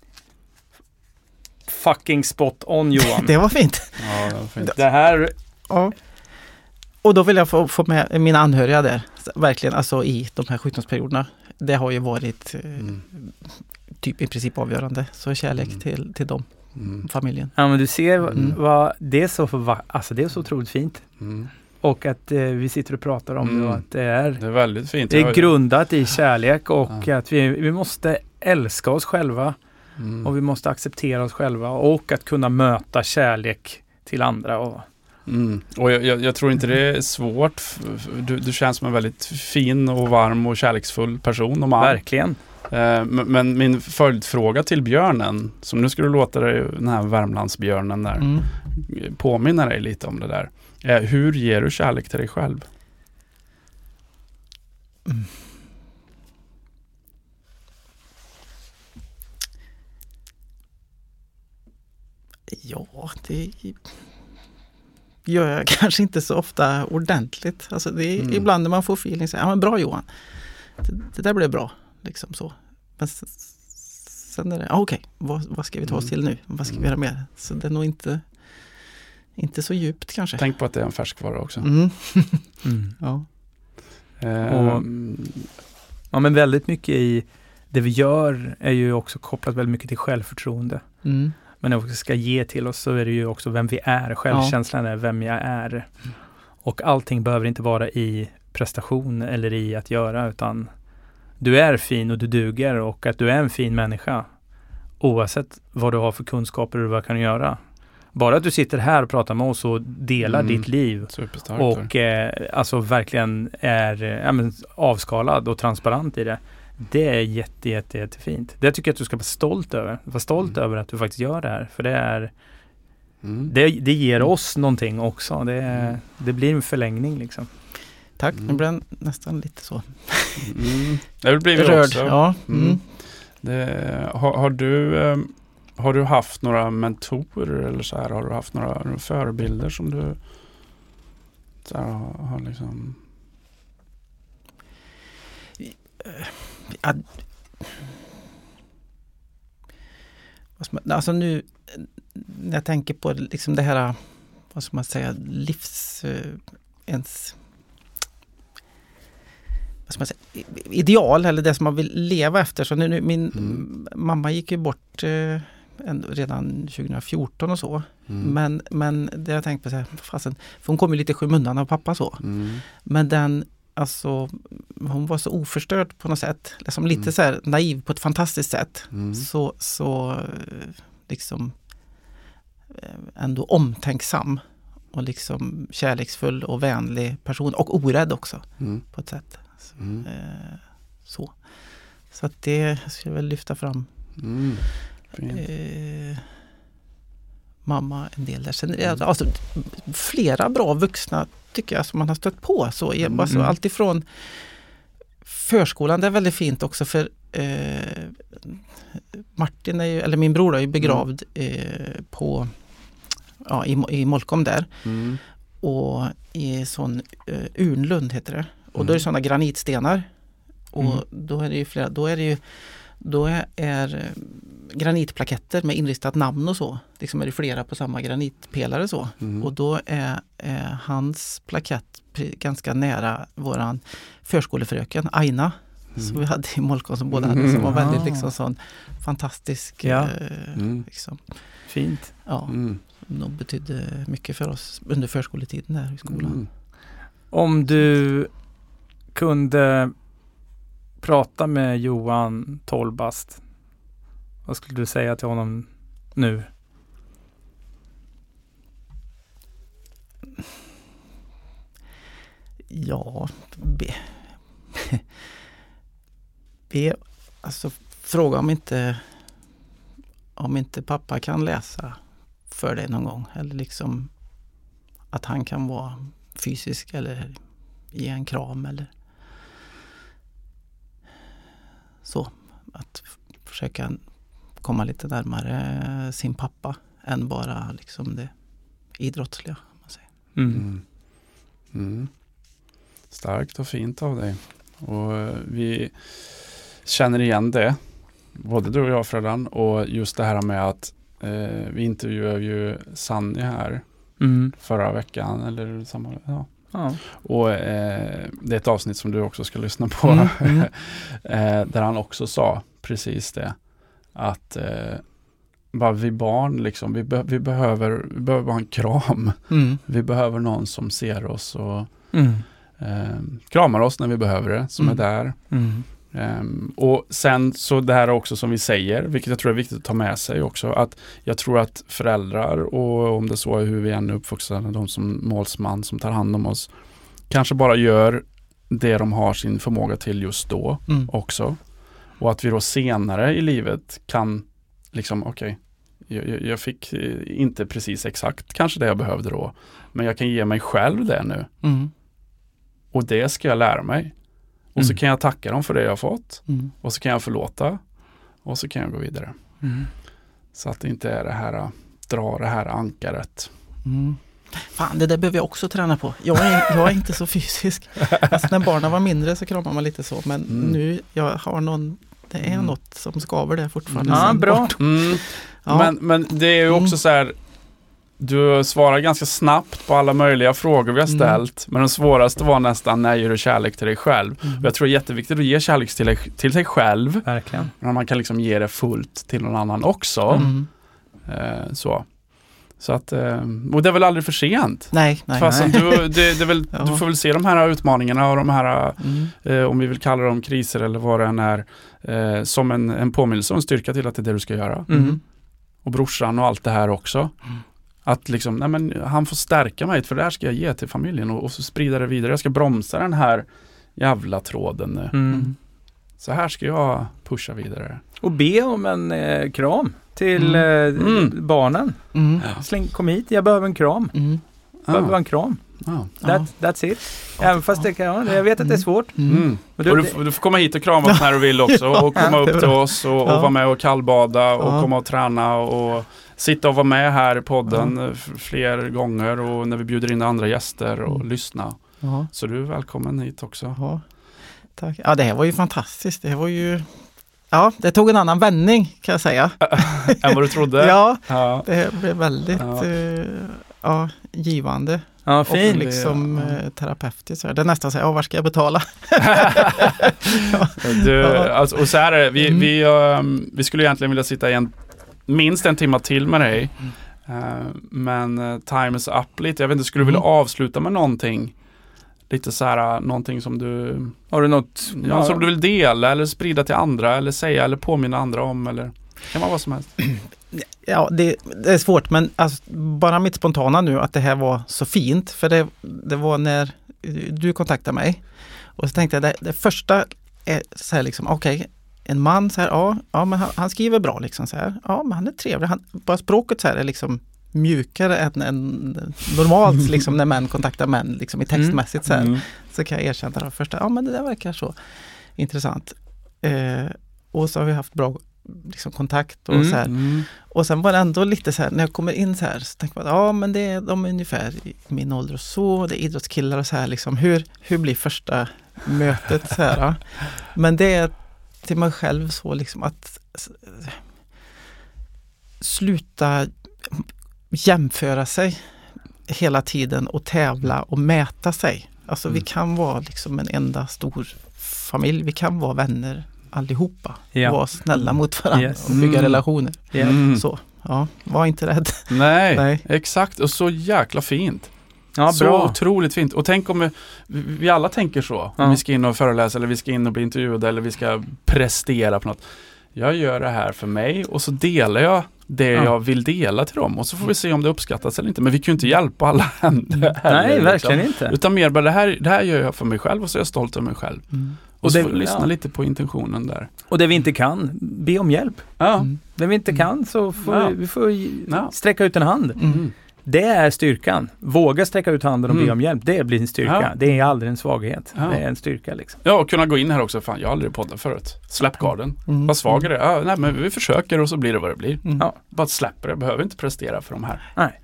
Fucking spot on, Johan. Det var fint. Ja, det var fint. Det här... Ja. Och då vill jag få med mina anhöriga där. mest verkligen alltså i de här sjukdomsperioderna, det har ju varit typ i princip avgörande. Så kärlek till dem, familjen. Ja, men du ser vad det är så alltså det är så otroligt fint. Och att vi sitter och pratar om det och att det är väldigt fint. Det är grundat i kärlek och att vi måste älska oss själva och vi måste acceptera oss själva och att kunna möta kärlek till andra. Och jag tror inte det är svårt. Du känns som en väldigt fin och varm och kärleksfull person och man. Verkligen. Men min följdfråga till björnen, som nu skulle låta dig, den här Värmlandsbjörnen där, påminna dig lite om det där. Hur ger du kärlek till dig själv? Ja, det gör jag kanske inte så ofta ordentligt. Alltså det är ibland när man får feeling så, ja men bra Johan, det där blev bra, liksom så. Men sen är det, okej, vad ska vi ta oss till nu? Vad ska vi göra mer? Så det är nog inte så djupt kanske. Tänk på att det är en färskvara också. Ja. Ja, men väldigt mycket i det vi gör är ju också kopplat väldigt mycket till självförtroende. Men när vi ska ge till oss så är det ju också vem vi är. Självkänslan är vem jag är. Och allting behöver inte vara i prestation eller i att göra, utan du är fin och du duger och att du är en fin människa oavsett vad du har för kunskaper och vad du kan göra. Bara att du sitter här och pratar med oss och delar ditt liv och alltså verkligen är avskalad och transparent i det. Det är jättefint. Det tycker jag att du ska vara stolt över. Var stolt över att du faktiskt gör det här. För det är det ger oss någonting också. Det blir en förlängning liksom. Tack, nu blir jag nästan lite så. Det blir rörd också. Ja. Har du haft några mentorer eller så här? Har du haft några förebilder som du så här, har liksom... Alltså nu när jag tänker på liksom det här, vad ska man säga, ens vad ska man säga, ideal eller det som man vill leva efter. Så nu min mamma gick ju bort redan 2014 och så. Men det jag tänkt på så här, för hon kom ju lite skymundan av pappa så. Men den, alltså hon var så oförstörd på något sätt, liksom lite så här naiv på ett fantastiskt sätt. Så liksom ändå omtänksam och liksom kärleksfull och vänlig person och orädd också på ett sätt. Så att det ska jag väl lyfta fram. Mamma en del där. Sen är det alltså flera bra vuxna tycker jag som man har stött på. Så alltså, allt ifrån förskolan, det är väldigt fint också för Martin är ju, eller min bror är ju begravd på i Molkom där. Och i sån Urnlund heter det. Och då är det sådana granitstenar. Och då är det ju flera, då är granitplaketter med inristat namn och så. Liksom är det flera på samma granitpelare så. Och då är hans plakett ganska nära våran förskolefröken Aina. Som vi hade i Molkom som båda hade. Som var väldigt liksom sån fantastisk. Liksom. Fint. Ja. Nog betydde mycket för oss under förskoletiden där i skolan. Om du kunde prata med Johan 12 bast, vad skulle du säga till honom nu? Ja, alltså fråga om inte pappa kan läsa för dig någon gång, eller liksom att han kan vara fysisk eller ge en kram eller så, att försöka komma lite närmare sin pappa än bara liksom det idrottsliga, om man säger. Starkt och fint av dig. Och vi känner igen det, både du och jag, Fredan, och just det här med att vi intervjuade ju Sanni här förra veckan eller samma, Och det är ett avsnitt som du också ska lyssna på. Där han också sa precis det. Att bara vi barn liksom, vi behöver bara en kram. Vi behöver någon som ser oss och kramar oss när vi behöver det, som är där. Och sen så det här också som vi säger, vilket jag tror är viktigt att ta med sig också, att jag tror att föräldrar, och om det så är hur vi än är uppvuxna, de som målsman som tar hand om oss, kanske bara gör det de har sin förmåga till just då också. Och att vi då senare i livet kan liksom, okej, jag fick inte precis exakt kanske det jag behövde då, men jag kan ge mig själv det nu. Och det ska jag lära mig. Och så kan jag tacka dem för det jag har fått. Och så kan jag förlåta. Och så kan jag gå vidare. Så att det inte är det här, dra det här ankaret. Fan, det där behöver jag också träna på. Jag är inte så fysisk. Alltså, när barnen var mindre så kramar man lite så. Men nu, jag har det är något som skaver där fortfarande. Ja, bra. Ja. Men det är ju också så här, du svarar ganska snabbt på alla möjliga frågor vi har ställt. Men den svåraste var nästan, när ger du kärlek till dig själv? Och jag tror det är jätteviktigt att ge kärlek till sig själv. Verkligen. Men man kan liksom ge det fullt till någon annan också. Så att, och det är väl aldrig för sent. Nej. Fast du får väl se de här utmaningarna och de här, om vi vill kalla dem kriser eller vad det än är, som en påminnelse och en styrka till att det är det du ska göra. Och brorsan och allt det här också. Att liksom, nej men han får stärka mig, för det här ska jag ge till familjen och så sprida det vidare. Jag ska bromsa den här jävla tråden nu. Så här ska jag pusha vidare. Och be om en kram till barnen. Kom hit, jag behöver en kram. Behöver en kram. That's it. Även fast jag vet att det är svårt. Och du får komma hit och krama oss när du vill också. Och komma upp till oss och vara med och kallbada och komma och träna och sitta och vara med här i podden fler gånger, och när vi bjuder in andra gäster och lyssna. Så du är välkommen hit också. Tack. Ja, det här var ju fantastiskt. Det här var ju... Ja, det tog en annan vändning kan jag säga. Än vad du trodde? Ja, det blev väldigt givande. Ja, fint. Och liksom terapeutiskt. Det är nästan så här, var ska jag betala? Alltså, och så här är det, vi skulle egentligen vilja sitta minst en timme till med dig. Men time is up lite. Jag vet inte, skulle du vilja avsluta med någonting? Lite så här, någonting som du... Har du något? Som du vill dela eller sprida till andra eller säga eller påminna andra om, eller kan man vad som helst? Ja, det är svårt, men alltså, bara mitt spontana nu att det här var så fint, för det var när du kontaktade mig och så tänkte jag, det första är så här liksom, okej, en man så här, men han skriver bra liksom så här, men han är trevlig, bara språket så här är liksom mjukare än normalt liksom när män kontaktar män liksom i textmässigt så här, så kan jag erkänna det första, men det där verkar så intressant. Och så har vi haft bra liksom kontakt och så här. Och sen var det ändå lite så här, när jag kommer in så här så tänker man, men de är ungefär i min ålder och så, det är idrottskillar och så här liksom, hur blir första mötet så här. Men det är till mig själv så liksom att sluta jämföra sig hela tiden och tävla och mäta sig. Alltså vi kan vara liksom en enda stor familj, vi kan vara vänner allihopa. Vara snälla mot varandra och bygga relationer. Så, var inte rädd. Nej, exakt. Och så jäkla fint. Ja, så bra. Otroligt fint. Och tänk om vi alla tänker så. Om vi ska in och föreläsa eller vi ska in och bli intervjuade eller vi ska prestera på något. Jag gör det här för mig och så delar jag det jag vill dela till dem. Och så får vi se om det uppskattas eller inte. Men vi kan ju inte hjälpa alla händer. Nej, verkligen inte. Utan mer bara det här gör jag för mig själv och så är jag stolt över mig själv. Och så får vi lyssna lite på intentionen där. Och det vi inte kan, be om hjälp. Det vi inte kan så får vi får sträcka ut en hand. Det är styrkan. Våga sträcka ut handen och be om hjälp. Det blir en styrka. Det är aldrig en svaghet. Det är en styrka liksom. Ja, och kunna gå in här också. Fan, jag har aldrig poddat förut. Släpp garden. Vad svag är det? Nej, men vi försöker och så blir det vad det blir. Bara släpper det. Behöver inte prestera för de här. Nej.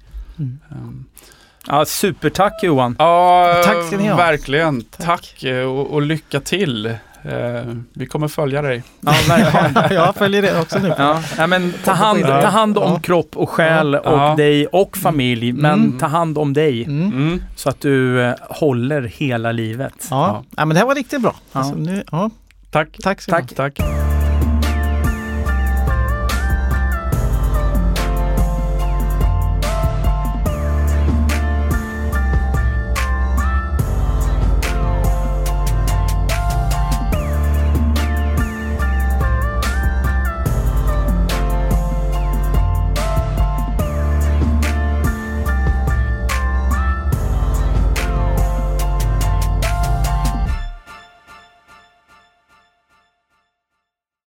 Supertack Johan. Ja, tack ska ni ha. Verkligen. Tack och lycka till. Vi kommer följa dig. Ja, verkligen. Jag följer det också nu. Ja, men ta hand om kropp och själ och dig och familj, men ta hand om dig så att du håller hela livet. Ja, men det här var riktigt bra. Ja. Alltså, nu, Tack. Tack.